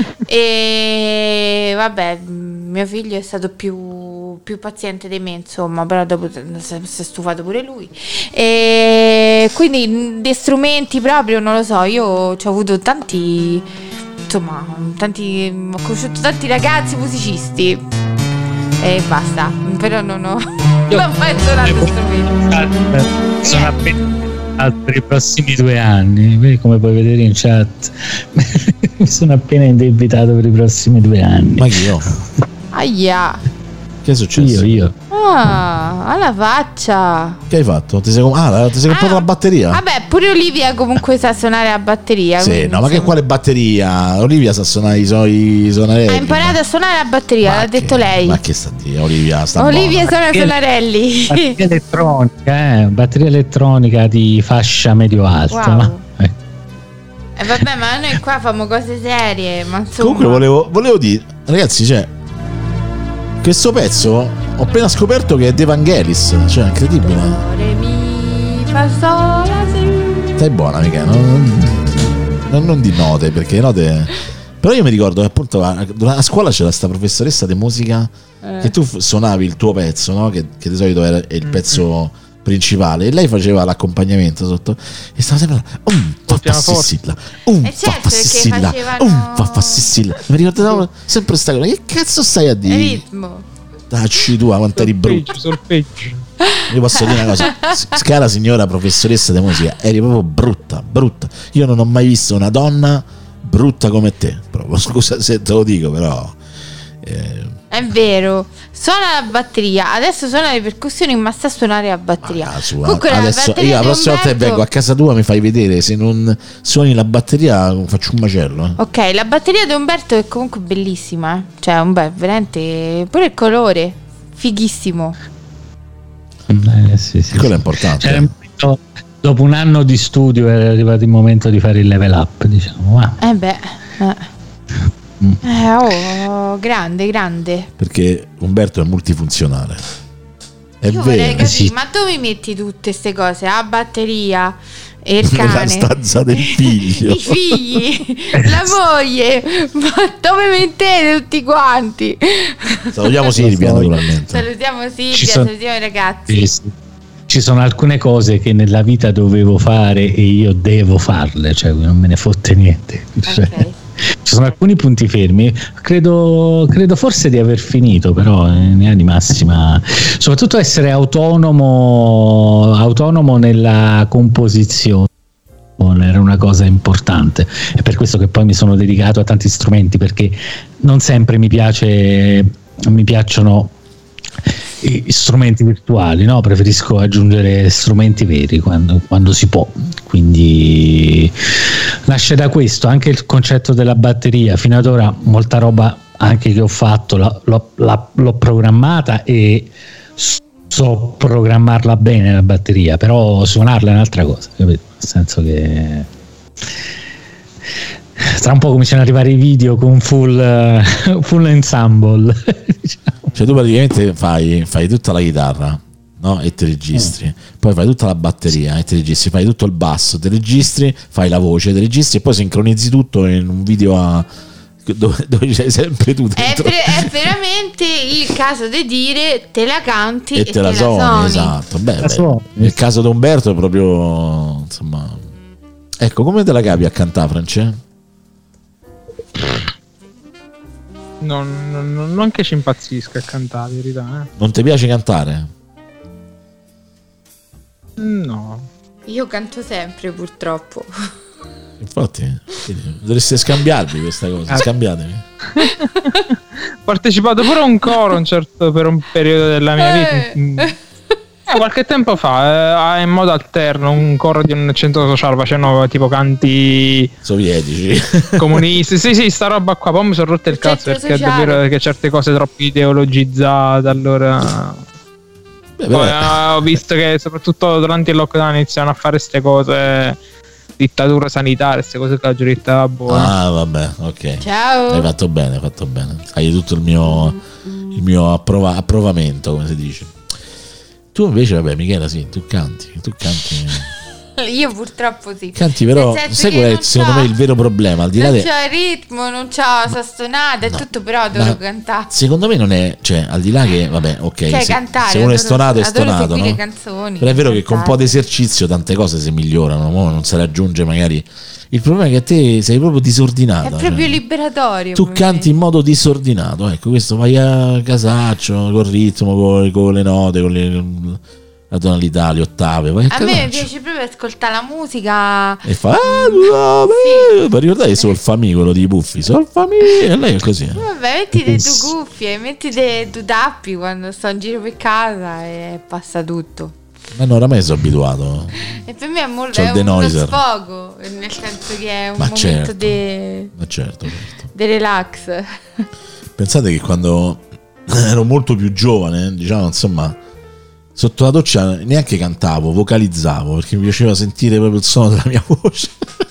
e vabbè, mio figlio è stato più, più paziente di me, insomma, però dopo si è stufato pure lui. E quindi di strumenti proprio non lo so, io ci ho avuto tanti, insomma, tanti, ho conosciuto tanti ragazzi musicisti e basta, però non ho, non ho mai suonato strumenti. Sono appena per i prossimi due anni, come puoi vedere in chat. Mi sono appena indebitato per i prossimi due anni. Ma chi io? Aia. Che è successo? Io, io. Ah, alla faccia. Che hai fatto? Ti sei, com- ah, ti sei comprato Ah, la batteria? Vabbè, pure Olivia comunque sa suonare la batteria. Sì, quindi, no, ma che insomma. quale batteria? Olivia sa suonare i suoi suonarelli. Ha imparato a suonare la batteria, Ma l'ha che- detto lei. Ma che sta di Olivia sta Olivia buona. suona i suonarelli. Batteria elettronica, eh? Batteria elettronica di fascia medio-alta. Wow. Ma, eh. E vabbè, ma noi qua famo cose serie, ma insomma. Comunque volevo, volevo dire, ragazzi, cioè, questo pezzo Ho appena scoperto che è De Vangelis, cioè incredibile. Re, mi, fa, sol, la, si. Stai buona, mica, non, non, non di note, perché note. Però io mi ricordo che appunto a, a scuola c'era sta professoressa di musica eh. che tu suonavi il tuo pezzo, no? Che, che di solito era il pezzo principale, e lei faceva l'accompagnamento sotto e stava sempre um fa fa sissilla um eh certo, fa fa sissilla facevano... um fa fa sissilla. Mi ricordavo sempre sta cosa. Che cazzo stai a dire? Ritmo. Dacci tu, quanto eri brutta. Io posso dire una cosa, cara signora professoressa di musica, eri proprio brutta, brutta. Io non ho mai visto una donna brutta come te, proprio. Scusa se te lo dico, però eh... è vero, suona la batteria, adesso suona le percussioni, ma sa suonare la batteria. Ah, su, adesso io la prossima volta che vengo a casa tua mi fai vedere, se non suoni la batteria faccio un macello. Eh. Ok, la batteria di Umberto è comunque bellissima, eh? Cioè Umberto, veramente, pure il colore, fighissimo. Eh, sì, sì, quello sì. è importante. C'era un momento, dopo un anno di studio era arrivato il momento di fare il level up, diciamo. Ma... Eh beh, eh. Mm. Eh, oh, grande, grande. Perché Umberto è multifunzionale. È Io vero. vorrei capire, sì. ma dove metti tutte queste cose? La batteria e il cane, nella stanza del figlio, i figli, la moglie, ma dove mettete tutti quanti? Salutiamo Silvia, naturalmente. Salutiamo Silvia, Ci son- salutiamo i ragazzi. Eh, sì. Ci sono alcune cose che nella vita dovevo fare e io devo farle, cioè non me ne fotte niente. Cioè, Okay. ci sono alcuni punti fermi, credo, credo forse di aver finito, però in linea di massima, soprattutto essere autonomo, autonomo nella composizione era una cosa importante, è per questo che poi mi sono dedicato a tanti strumenti, perché non sempre mi piace, mi piacciono i strumenti virtuali, no? Preferisco aggiungere strumenti veri quando, quando si può, quindi nasce da questo anche il concetto della batteria. Fino ad ora molta roba anche che ho fatto la, l'ho, la, l'ho programmata e so programmarla bene la batteria, però suonarla è un'altra cosa, capito? Nel senso che tra un po' cominciano ad arrivare i video con full, uh, full ensemble. Diciamo. Cioè tu praticamente fai, fai tutta la chitarra, no? E ti registri, mm. poi fai tutta la batteria e ti registri, fai tutto il basso, ti registri, fai la voce, ti registri e poi sincronizzi tutto in un video a... dove, dove c'hai sempre tu È, dentro. pre- è veramente il caso di dire te la canti e, e te, te la suoni, suoni. esatto. Beh, La beh, suoni. nel caso di Umberto è proprio, insomma, ecco, come te la capi a cantare, France? Non, non, non che ci impazzisca a cantare, in verità. Eh. Non ti piace cantare? No. Io canto sempre, purtroppo. Infatti, dovreste scambiarvi questa cosa, scambiatevi. Ho partecipato pure a un coro un certo, per un periodo della mia vita. Eh. Eh, qualche tempo fa, eh, in modo alterno, un coro di un centro sociale, facevano tipo canti Sovietici. comunisti. Sì, sì, sta roba qua. Poi mi sono rotto il cazzo Centro perché sociale. è davvero che certe cose troppo ideologizzate. Allora, Beh, poi beh. eh, ho visto che soprattutto durante il lockdown iniziano a fare queste cose, dittatura sanitaria, queste cose che la giuritta buona. Ah, vabbè, ok. Ciao. Hai fatto bene, hai fatto bene. Hai tutto il mio, il mio approva- approvamento, come si dice. Tu invece, vabbè, Michela, sì, tu canti, tu canti. Io purtroppo sì. Canti, però, Nel senso sai che qual è non secondo c'ho- me il vero problema? Al di là Non de- c'ho il ritmo, non c'ho la stonata e No, tutto, però ma devo cantare. Secondo me non è, cioè, al di là che, vabbè, ok, Cioè, se, cantare. se uno è adoro- stonato è adoro stonato, seguire no? canzoni. Però è vero che con un po' di cantare. esercizio tante cose si migliorano, mo non si raggiunge magari. Il problema è che a te sei proprio disordinato. È proprio cioè. liberatorio. Tu per me. canti in modo disordinato, ecco, questo vai a casaccio, col ritmo, con, con le note, con le, la tonalità, le ottave, vai a, A me casaccio. piace proprio ascoltare la musica. E fa, ah, no, Sì. beh, ma ricordate Solfami, quello di Buffi, Solfami, e lei è così. Vabbè, mettiti tu cuffie, mettiti tu tappi quando sto in giro per casa e passa tutto. Ma no, oramai sono abituato. E per me è molto C'ho è il uno denoiser. sfogo, nel senso che è un Ma momento certo. di Ma certo, certo. relax. Pensate che quando ero molto più giovane, diciamo, insomma, sotto la doccia neanche cantavo, vocalizzavo, perché mi piaceva sentire proprio il suono della mia voce.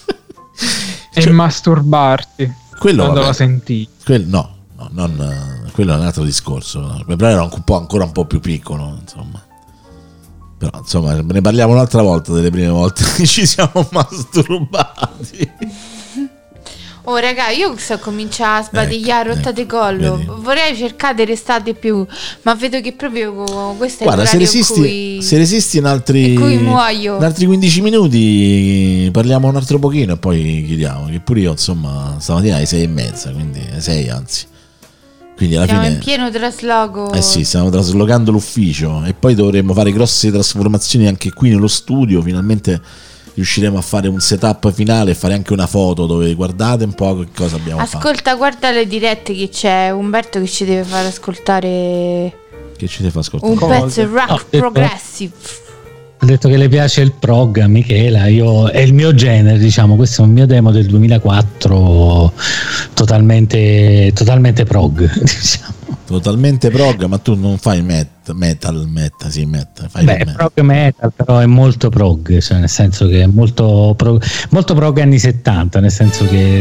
E Cioè, masturbarti quello quando vabbè, la senti. quel- no, no, non, quello è un altro discorso. Però era un po' ancora un po' più piccolo, insomma. Però insomma ne parliamo un'altra volta delle prime volte che ci siamo masturbati. Oh raga, io sto cominciando a sbadigliare, ecco, rottate ecco, collo. vedi. Vorrei cercare di restare di più, ma vedo che proprio questo è Guarda, se l'orario resisti, in cui... se resisti in altri, in cui muoio. in altri quindici minuti parliamo un altro pochino e poi chiudiamo. Che pure io insomma stamattina alle sei e mezza, quindi alle sei anzi. Quindi alla Siamo fine in pieno trasloco. Eh sì, stiamo traslocando l'ufficio e poi dovremo fare grosse trasformazioni anche qui nello studio. Finalmente riusciremo a fare un setup finale e fare anche una foto dove guardate un po' che cosa abbiamo fatto. Ascolta, guarda le dirette che c'è Umberto che ci deve far ascoltare Che ci deve far ascoltare? un Cosa? pezzo rock No, ho detto- progressive. Ha detto che le piace il prog, Michela. Io, è il mio genere, diciamo. Questo è un mio demo del duemilaquattro, totalmente, totalmente prog, diciamo. Totalmente prog, ma tu non fai met, metal, metal, sì, metal. Fai Beh, il è metal. prog metal, però è molto prog, cioè nel senso che è molto prog, molto prog anni settanta, nel senso che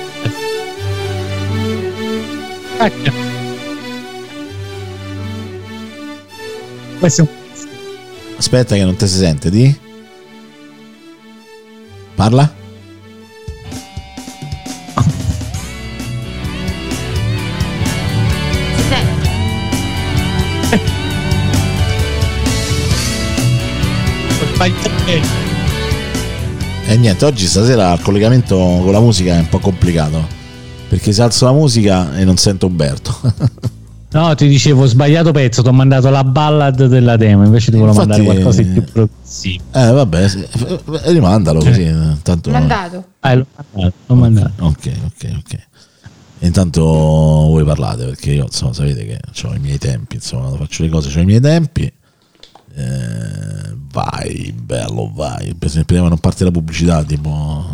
questo è un Aspetta che non te si sente, di? Parla? Si sente? E niente, oggi stasera il collegamento con la musica è un po' complicato, perché se alzo la musica e non sento Umberto. No, ti dicevo, sbagliato pezzo, ti ho mandato la ballad della demo, invece ti volevo Infatti, mandare qualcosa di più progressivo. Eh vabbè, sì, eh, rimandalo così, eh, tanto. Mandato. Ah, l'ho mandato, l'ho mandato. Ok, ok, ok. E intanto voi parlate, perché io insomma sapete che ho i miei tempi, insomma, quando faccio le cose ho i miei tempi. Eh, vai, bello, vai. Speriamo che non parte la pubblicità, tipo.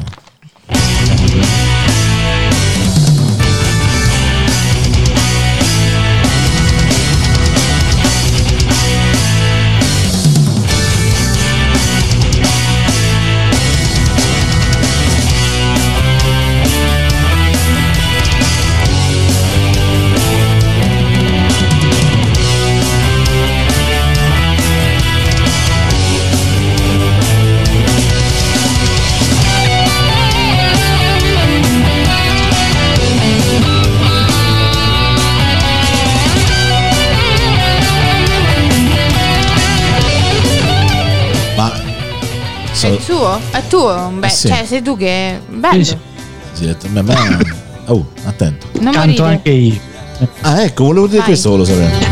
È il suo? È tuo? Beh, Eh sì. cioè sei tu che... Bello. Sì, Sì, detto, beh, ma- oh, attento. Non Canto morire. anche io. Ah, ecco, volevo dire Vai. questo, volevo sapere.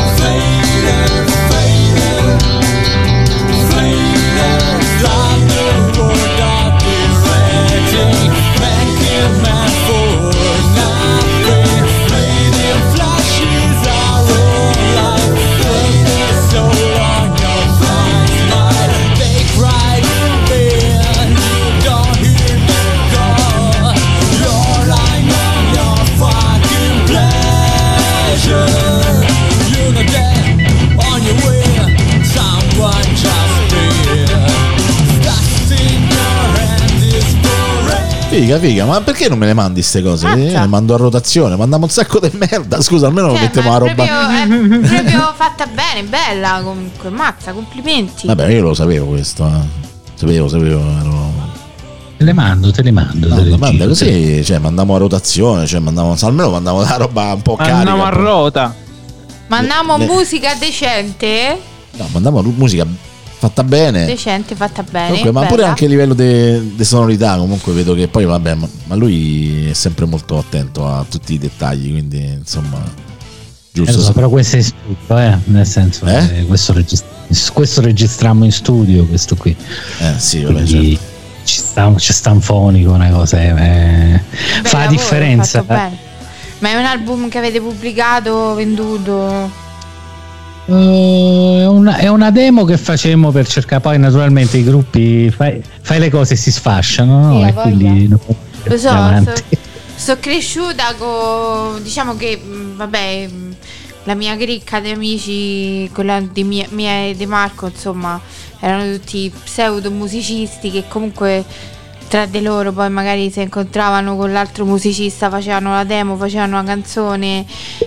Figa, figa, ma perché non me le mandi ste cose? Mazza. Io le mando a rotazione, mandiamo un sacco di merda. Scusa, almeno Cioè, mettiamo ma la è roba. proprio, è proprio fatta bene, bella comunque. Mazza, complimenti. Vabbè, io lo sapevo questo. Eh. Sapevo, sapevo. Ero... Te le mando, te le mando. te Manda, le manda giro, te le- così, cioè mandiamo a rotazione, cioè mandiamo, almeno mandiamo la roba un po' carica. Andiamo a un po'- rota. Mandiamo le- musica decente. No, mandiamo musica fatta bene. Decente, fatta bene. Comunque, ma pure bella. anche a livello di sonorità, comunque vedo che poi vabbè, ma, ma lui è sempre molto attento a tutti i dettagli, quindi insomma, Eh, giusto. lo so, però questo è in studio, eh, nel senso Eh? che questo, regist- questo registrammo in studio, questo qui. Eh sì, vabbè, Quindi certo. ci sta, ci sta un fonico, una cosa, eh, Bel fa la lavoro, differenza. fatto bene. Ma è un album che avete pubblicato, venduto? Uh, è, una, è una demo che facemmo per cercare, poi naturalmente i gruppi fai, fai le cose e si sfasciano, no? Sì, ha E quindi non puoi Lo so, andare so, avanti. sto cresciuta con, diciamo che, mh, vabbè, mh, la mia cricca di amici, quella di mia, mia e di Marco, insomma, erano tutti pseudo musicisti che comunque tra di loro poi magari si incontravano con l'altro musicista, facevano la demo, facevano una canzone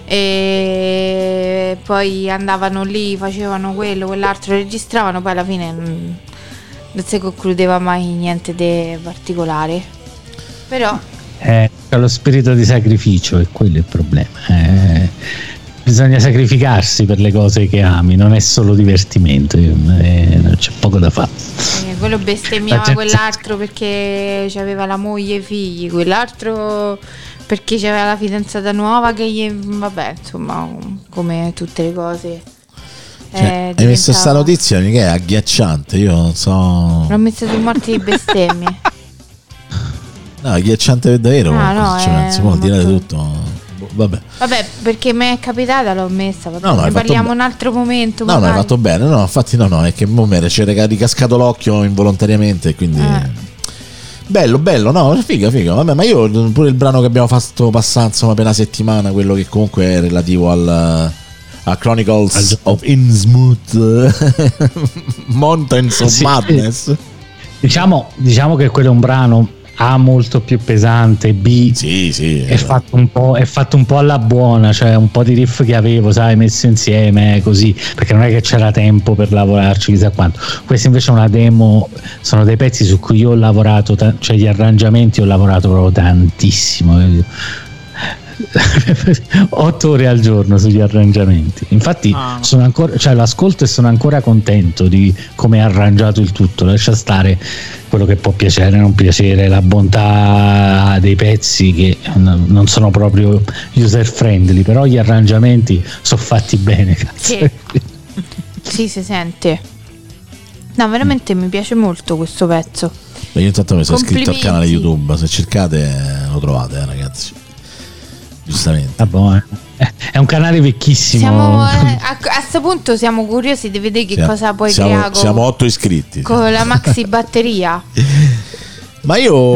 e poi andavano lì, facevano quello, quell'altro, registravano, poi alla fine non, non si concludeva mai niente di particolare. Però eh, c'è lo spirito di sacrificio, e quello è il problema. Eh, bisogna sacrificarsi per le cose che ami, non è solo divertimento, eh, non c'è poco da fare. Eh, quello bestemmiava gente... quell'altro perché aveva la moglie e i figli, quell'altro perché c'aveva la fidanzata nuova che gli... vabbè, insomma, come tutte le cose. Cioè, eh, hai diventava... messo sta notizia che è agghiacciante, io non so. L'ho messo su morti di bestemmie. No, agghiacciante per davvero. Ah, no, ci pensi, può molto... tirare tutto. Vabbè. Vabbè, perché mi è capitata, l'ho messa. Vabbè, No, no, ne parliamo be- un altro momento. No, no, magari. hai fatto bene. No, infatti, no, no, è che mo mi era c'era ricascato l'occhio involontariamente. Quindi, Eh. bello, bello. No, figa, figa. Vabbè, ma io pure il brano che abbiamo fatto passare insomma per una settimana, quello che comunque è relativo al. A Chronicles of Innsmouth Mountains of Sì, Madness. Diciamo, diciamo che quello è un brano A molto più pesante, B Sì, sì. è fatto un po', è fatto un po' alla buona, cioè un po' di riff che avevo, sai, messo insieme così, perché non è che c'era tempo per lavorarci chissà quanto. Questa invece è una demo, sono dei pezzi su cui io ho lavorato, ta- cioè gli arrangiamenti ho lavorato proprio tantissimo, capito? otto ore al giorno sugli arrangiamenti. Infatti Ah. sono ancora, cioè l'ascolto e sono ancora contento di come è arrangiato il tutto. Lascia stare quello che può piacere o non piacere, la bontà dei pezzi che n- non sono proprio user friendly, però gli arrangiamenti sono fatti bene, cazzo. Sì. Sì, si sente. No, veramente mi piace molto questo pezzo. Io intanto mi sono iscritto al Complimenti. canale YouTube, se cercate eh, lo trovate, eh, ragazzi. Giustamente. Ah, boh, eh. È un canale vecchissimo. Siamo, eh, a questo punto siamo curiosi di vedere che Siamo- cosa puoi siamo, creare con, siamo otto iscritti. con la maxi batteria. Ma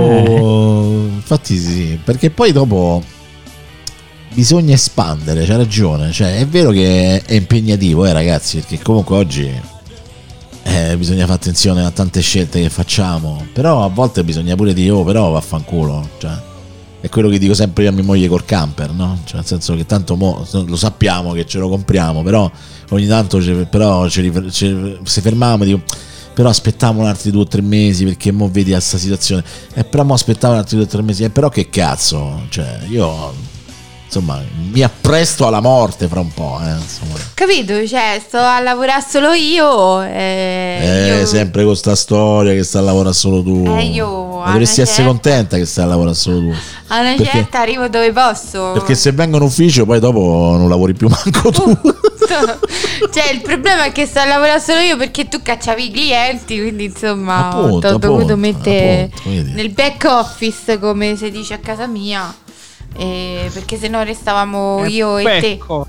io infatti sì, perché poi dopo bisogna espandere, c'ha ragione, cioè è vero che è impegnativo, eh ragazzi, perché comunque oggi eh, bisogna fare attenzione a tante scelte che facciamo, però a volte bisogna pure dire oh però vaffanculo, cioè è quello che dico sempre io a mia moglie col camper, no? Cioè nel senso che tanto mo, lo sappiamo che ce lo compriamo, però ogni tanto ce, però ce, li- ce, se fermiamo e dico però aspettiamo altri due o tre mesi perché mo vedi a sta situazione e eh, però mo aspettavo altri due o tre mesi e eh, però che cazzo, cioè io insomma mi appresto alla morte fra un po', eh, insomma. Capito? Cioè, sto a lavorare solo io. E Eh, io... sempre con sta storia che sta a lavorare solo tu. Eh, io, Ma dovresti una essere certa- contenta che stai a lavorare solo tu. A una perché- certa arrivo dove posso. Perché se vengo in ufficio poi dopo non lavori più manco tu. Cioè, il problema è che sto a lavorare solo io perché tu cacciavi i clienti, quindi insomma Appunto, ho dovuto appunto, mettere appunto, vedi. nel back office, come si dice a casa mia, eh, perché se no restavamo io e te. Ecco.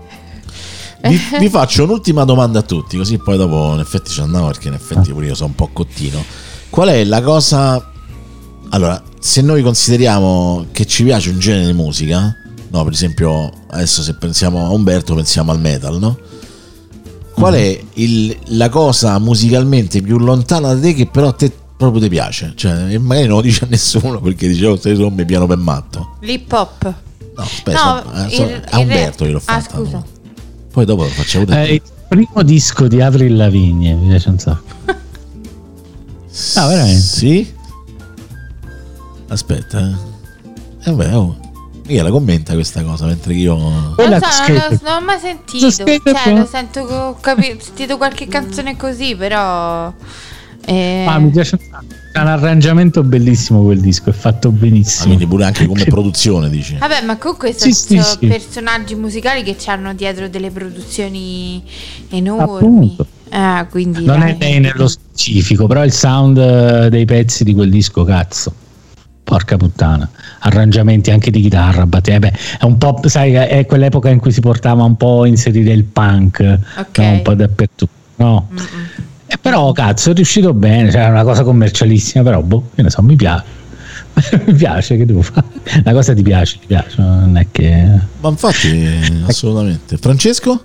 vi, vi faccio un'ultima domanda a tutti, così poi dopo in effetti ci andiamo, perché in effetti pure io sono un po' cottino. Qual è la cosa... Allora, se noi consideriamo che ci piace un genere di musica, no, per esempio adesso se pensiamo a Umberto pensiamo al metal, no? Qual è il, la cosa musicalmente più lontana da te che però a te proprio ti piace? Cioè, e magari non lo dice a nessuno perché dicevo stai sommi piano per matto. L'hip hop. No, aspetta, No, so- eh, so- il- a il Umberto gliel'ho re- ah, fatta. scusa. Poi dopo lo facciamo te. Eh, il primo disco di Avril Lavigne mi piace un sacco. Ah, veramente? Sì? Aspetta, eh. Eh beh, oh. Michela commenta questa cosa mentre io... Non Quella lo so, che non, scrive- lo- non ho mai sentito. Lo scrive Cioè, qua. lo sento, che ho capi- ho sentito qualche canzone così, però. eh, Ah, mi piace un sacco. C'è un arrangiamento bellissimo quel disco, è fatto Ah, benissimo. quindi pure anche come produzione, dici? Vabbè, ma comunque sono, Sì, sì, sono sì. personaggi musicali che hanno dietro delle produzioni enormi. Appunto. Eh, quindi Non dai. è lei nello specifico, però il sound eh, dei pezzi di quel disco, cazzo. Porca puttana, arrangiamenti anche di chitarra, batte- eh beh, è un po', sai, è quell'epoca in cui si portava un po' a inserire il punk, Ok. no? Un po' dappertutto, no? Mm-mm. Eh, però cazzo è riuscito bene, cioè è una cosa commercialissima, però boh, che ne so, mi piace. Mi piace, che devo fare? La cosa ti piace, ti piace, non è che... Ma infatti, assolutamente. Francesco?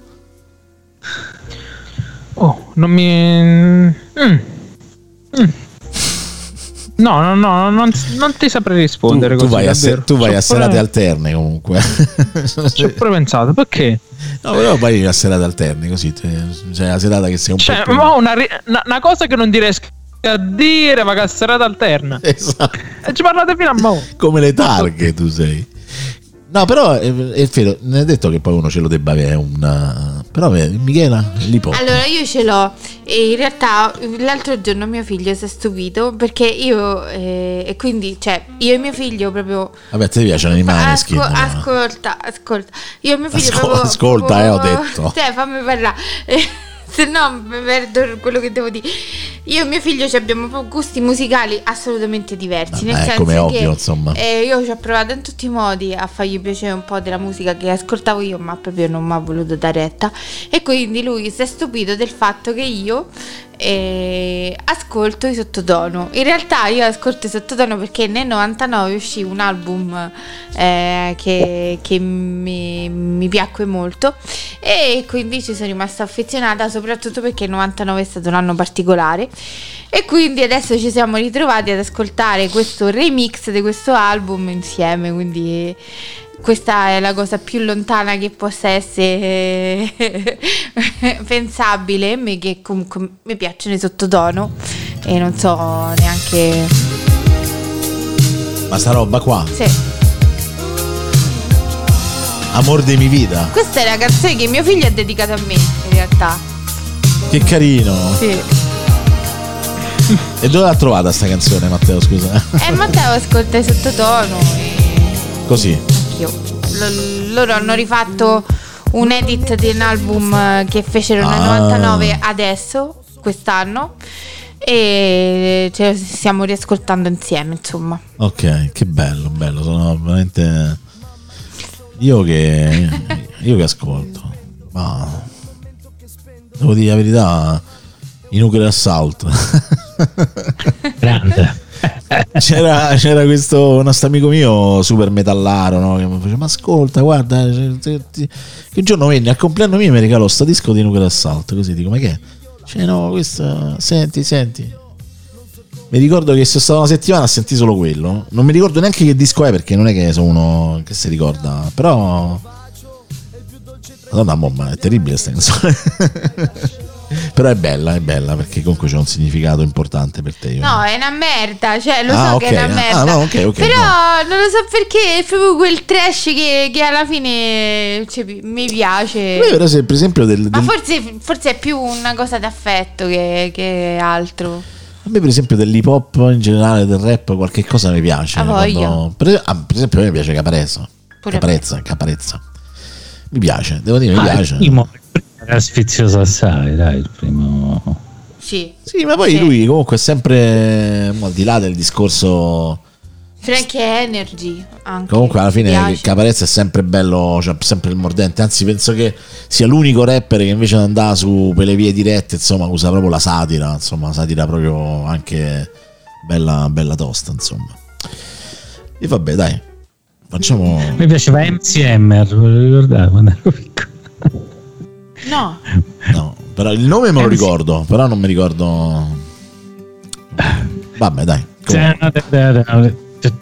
Oh, non mi. Mm. Mm. No, no, no, non, non ti saprei rispondere. Tu, tu così, vai, a, se, tu vai a serate pure, alterne comunque. Ci ho pure pensato, perché? No, però vai a serate alterne così, te, cioè la serata che sei un cioè, po' più... mo una, una, una cosa che non ti riesco a dire, ma che a serata alterna. Esatto. E ci parlate fino a mo'. Come le targhe tu sei. No, però è, è vero, non è detto che poi uno ce lo debba avere una... Però Michela, l'ipò. Allora io ce l'ho e in realtà l'altro giorno mio figlio si è stupito perché io eh, e quindi cioè io e mio figlio proprio... Vabbè, ti piacciono gli animali Asco- ascolta, ascolta, io e mio figlio Ascol- proprio, ascolta, proprio, eh, ho detto. Cioè fammi parlare. Se no mi perdo quello che devo dire. Io e mio figlio ci abbiamo proprio gusti musicali assolutamente diversi. Vabbè, nel senso come che ovvio, insomma. eh, io ci ho provato in tutti i modi a fargli piacere un po' della musica che ascoltavo io, ma proprio non mi ha voluto dare retta. E quindi lui si è stupito del fatto che io eh, ascolto i sottotono. In realtà io ascolto i sottotono perché nel novantanove uscì un album eh, che, che mi, mi piacque molto e quindi ci sono rimasta affezionata, soprattutto perché il novantanove è stato un anno particolare e quindi adesso ci siamo ritrovati ad ascoltare questo remix di questo album insieme, quindi questa è la cosa più lontana che possa essere pensabile. A me che comunque mi piacciono i sottotono e non so neanche. Ma sta roba qua, Sì. Amor de mi vita, Questa è la canzone che mio figlio ha dedicato a me, in realtà. che carino. Sì. E dove l'ha trovata sta canzone, Matteo, scusa? E Matteo ascolta i sottotono e Così. io. L- loro hanno rifatto un edit di un album che fecero nel Ah. novantanove adesso, quest'anno, e ce lo stiamo riascoltando insieme, insomma. Ok, che bello, bello, sono veramente... Io che... Io che ascolto. Ma... Devo dire la verità, i Nuclear Assault. Grande. C'era, c'era questo nostro amico mio super metallaro, no? Che mi faceva: ma ascolta, guarda, che un giorno venne al compleanno mio e mi regalò sto disco di Nuclear Assault. Così dico: ma che è? Cioè, no, questo, senti, senti. Mi ricordo che sono stato una settimana a sentire solo quello. Non mi ricordo neanche che disco è, perché non è che sono uno che si ricorda. Però Madonna, bomba, è terribile sta canzone. Però è bella, è bella, perché comunque c'è un significato importante per te. Io. No, è una merda, cioè lo Ah, so ok, che è una ah, merda. no, ok, ok, Però no. non lo so perché è proprio quel trash che, che alla fine cioè, mi piace. Beh, però se per esempio del, Ma del- forse, forse è più una cosa d'affetto che, che altro. a me per esempio dell'hip hop in generale, del rap, qualche cosa mi piace. A voglia. Quando- per, ah, per esempio a me piace Caparezza. Pure a Caparezza, Caparezza. Mi piace, devo dire, mi Ah, piace. il primo era sfizioso assai, dai, il primo. Sì. Sì, ma poi Sì. lui comunque è sempre, al di là del discorso, Frankie Energy anche. comunque alla mi fine piace. Caparezza è sempre bello, cioè sempre il mordente. Anzi, penso che sia l'unico rapper che invece di andare su per le vie dirette, insomma, usa proprio la satira, insomma, satira proprio anche bella, bella tosta, insomma. E vabbè, dai, facciamo. Mi piaceva M C Hammer, ve lo ricordate quando ero piccolo? No. No, però il nome me lo ricordo, però non mi ricordo. Vabbè, dai. comunque.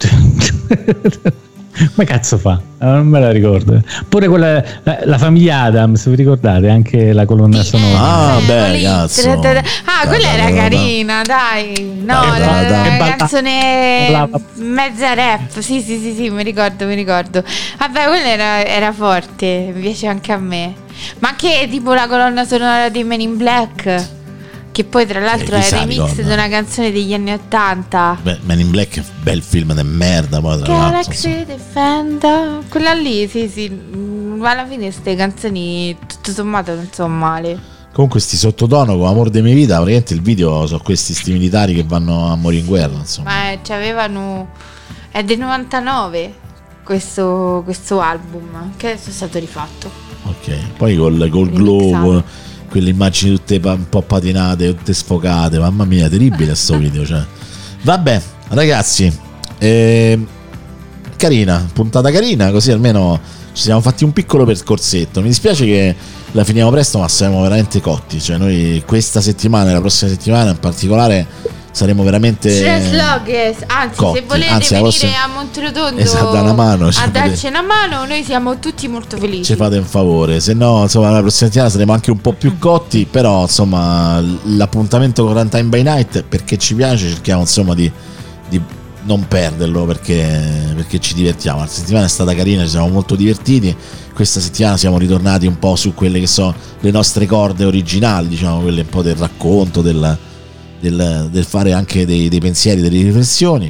Ma cazzo fa? Non me la ricordo. Pure quella, la, la famiglia Adams, vi ricordate? Anche la colonna Sì, sonora. Ah, eh, beh, lì, cazzo. tra- tra- Ah, Da- quella da- era da- da- carina, dai. No, Dai, la, dai, dai. la Che canzone ballava. mezza rap. Sì, sì, sì, sì, mi ricordo, mi ricordo. Vabbè, quella era, era forte, mi piace anche a me. Ma anche tipo la colonna sonora di Men in Black, che poi tra l'altro Eh, è chi il sa, remix ricorda. di una canzone degli anni ottanta. Beh, Man in Black è un bel film di merda, poi tra l'altro, Galaxy insomma. Defender, quella lì, sì, sì. Ma alla fine queste canzoni tutto sommato non sono male. Comunque sti sottotono con Amor de mia vita, praticamente il video sono questi sti militari che vanno a morire in guerra, insomma. Ma eh, c'avevano. È del novantanove questo, questo album, che adesso è stato rifatto. Ok, poi col, col Remixato. globo, quelle immagini tutte pa- un po' patinate, tutte sfocate, mamma mia, terribile sto video, cioè. Vabbè, ragazzi, ehm, carina, puntata carina, così almeno ci siamo fatti un piccolo percorsetto. Mi dispiace che la finiamo presto, ma siamo veramente cotti, cioè noi questa settimana e la prossima settimana in particolare saremo veramente Slog, yes. Anzi, cotti. se volete Anzi, venire vostra... a Monterotondo esatto, una mano, a darci una mano, noi siamo tutti molto felici. Ci fate un favore, se no insomma la prossima settimana saremo anche un po' più cotti, però insomma l'appuntamento con Runtime by Night, perché ci piace, cerchiamo insomma di, di non perderlo, perché, perché ci divertiamo. La settimana è stata carina, ci siamo molto divertiti. Questa settimana siamo ritornati un po' su quelle che sono le nostre corde originali, diciamo, quelle un po' del racconto, del, del, del fare anche dei, dei pensieri, delle riflessioni.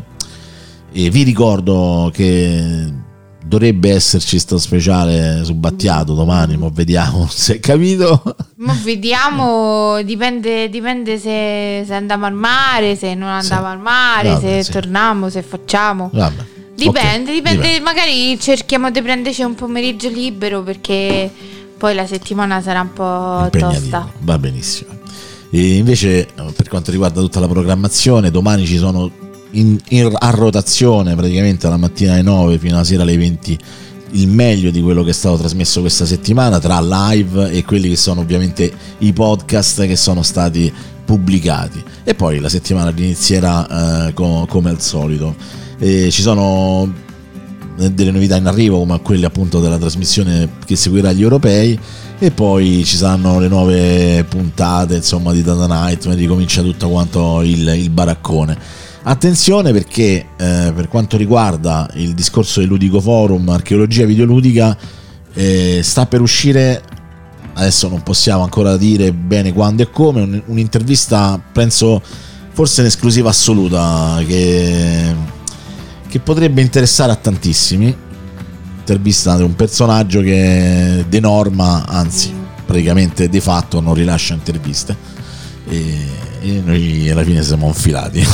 E vi ricordo che dovrebbe esserci sto speciale su Battiato domani, ma vediamo se è capito. Ma vediamo, dipende, dipende se, se andiamo al mare, se non andiamo sì. al mare, Vabbè, se sì. torniamo, se facciamo. Vabbè. Dipende, Okay, dipende, dipende. magari cerchiamo di prenderci un pomeriggio libero, perché poi la settimana sarà un po' Impegnativo. tosta. Va benissimo. E invece per quanto riguarda tutta la programmazione, domani ci sono in, in, a rotazione praticamente dalla mattina alle nove fino alla sera alle venti il meglio di quello che è stato trasmesso questa settimana, tra live e quelli che sono ovviamente i podcast che sono stati pubblicati. E poi la settimana inizierà eh, co- come al solito. E ci sono delle novità in arrivo, come quelle appunto della trasmissione che seguirà gli europei, e poi ci saranno le nuove puntate insomma di Data Night, ricomincia tutto quanto il, il baraccone. Attenzione perché eh, per quanto riguarda il discorso del Ludico Forum Archeologia Videoludica, eh, sta per uscire, adesso non possiamo ancora dire bene quando e come, un, un'intervista penso forse in esclusiva assoluta che che potrebbe interessare a tantissimi. Intervista di un personaggio che de norma, anzi praticamente de fatto non rilascia interviste, e, e noi alla fine siamo infilati.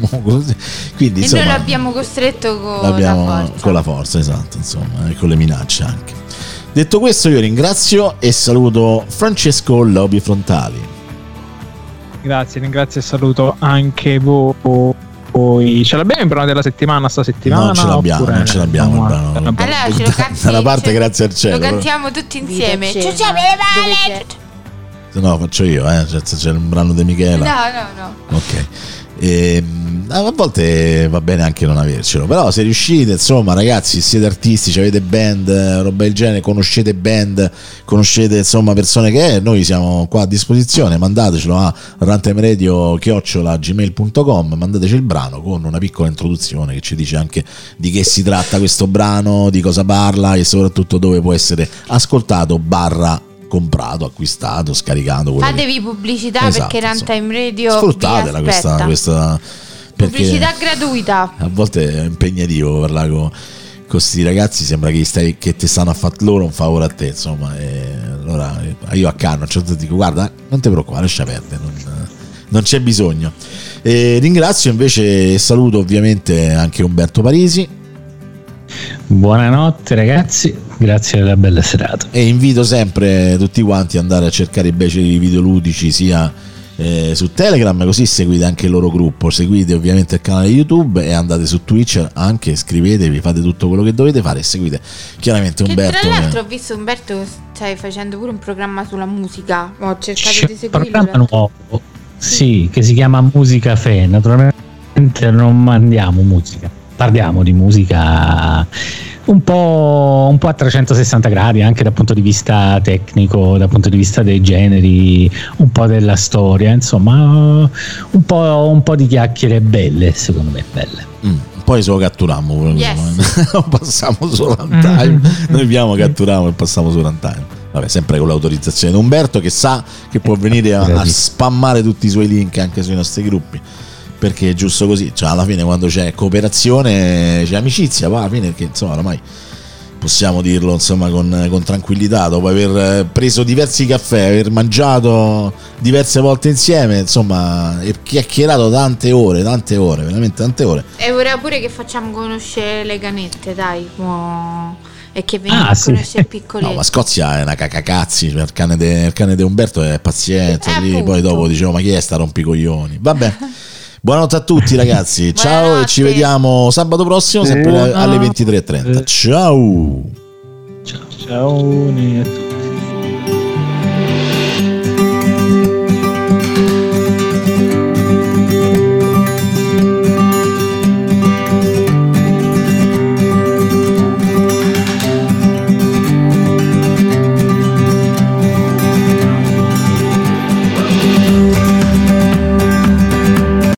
Quindi e insomma, noi l'abbiamo costretto con l'abbiamo la forza. con la forza, esatto, insomma, e con le minacce anche. Detto questo, io ringrazio e saluto Francesco Lobi Frontali. Grazie, ringrazio e saluto anche voi. Poi ce l'abbiamo il brano della settimana sta settimana? Non ce l'abbiamo, oppure... non ce l'abbiamo il brano. Allora ce lo canti, da una parte ce- grazie al cielo. Lo cantiamo tutti insieme. Vita Ciao, ciao, cena. bene, Dove bene. Se no faccio io, eh. Cioè, c'è un brano di Michela. No, no, no. Ok. E, a volte va bene anche non avercelo, però se riuscite, insomma ragazzi, siete artisti, avete band, roba del genere, conoscete band, conoscete insomma persone che è, noi siamo qua a disposizione, mandatecelo a runtimeradio chiocciola gmail punto com, mandateci il brano con una piccola introduzione che ci dice anche di che si tratta questo brano, di cosa parla e soprattutto dove può essere ascoltato barra comprato, acquistato, scaricato. Fatevi pubblicità, Esatto, perché Runtime Radio sfruttatela vi questa, aspetta. questa perché Pubblicità gratuita. a volte è impegnativo parlare con questi ragazzi, sembra che, stai, che ti stanno a fare loro un favore a te, insomma, e allora io a Canno a un certo punto dico guarda, non ti preoccupare, lascia perdere, non, non c'è bisogno. E ringrazio invece e saluto ovviamente anche Umberto Parisi. Buonanotte ragazzi, grazie della bella serata. E invito sempre tutti quanti ad andare a cercare invece i videoludici sia eh, su Telegram, così seguite anche il loro gruppo, seguite ovviamente il canale YouTube e andate su Twitch anche, iscrivetevi, fate tutto quello che dovete fare e seguite chiaramente Che Umberto. tra l'altro che... ho visto Umberto stai facendo pure un programma sulla musica. Ho cercato C'è di un seguirlo. programma nuovo, sì, che si chiama Musica Fe. Naturalmente non mandiamo musica, parliamo di musica un po', un po' a trecentosessanta gradi, anche dal punto di vista tecnico, dal punto di vista dei generi, un po' della storia, insomma un po', un po' di chiacchiere belle, secondo me belle. Mm, poi se lo catturammo, Yes. passiamo su Runtime, noi abbiamo catturiamo e passiamo su Runtime. Vabbè, sempre con l'autorizzazione di Umberto, che sa che può venire a, a spammare tutti i suoi link anche sui nostri gruppi, perché è giusto così, cioè alla fine quando c'è cooperazione c'è amicizia, poi alla fine, perché insomma ormai possiamo dirlo insomma con, con tranquillità, dopo aver preso diversi caffè, aver mangiato diverse volte insieme, insomma, e chiacchierato tante ore, tante ore, veramente tante ore. E ora pure che facciamo conoscere le canette, dai, mo- e che veniamo Ah, a sì. conoscere il piccoletto. No, ma Scozia è una cacacazzi, cioè il cane de, il cane di Umberto è paziente, Eh, lì, appunto. poi dopo dicevo ma chi è sta rompicoglioni? Vabbè. Buonanotte a tutti ragazzi, ciao e Buonanotte. ci vediamo sabato prossimo sempre alle ventitré e trenta. Ciao! Ciao, ciao a tutti.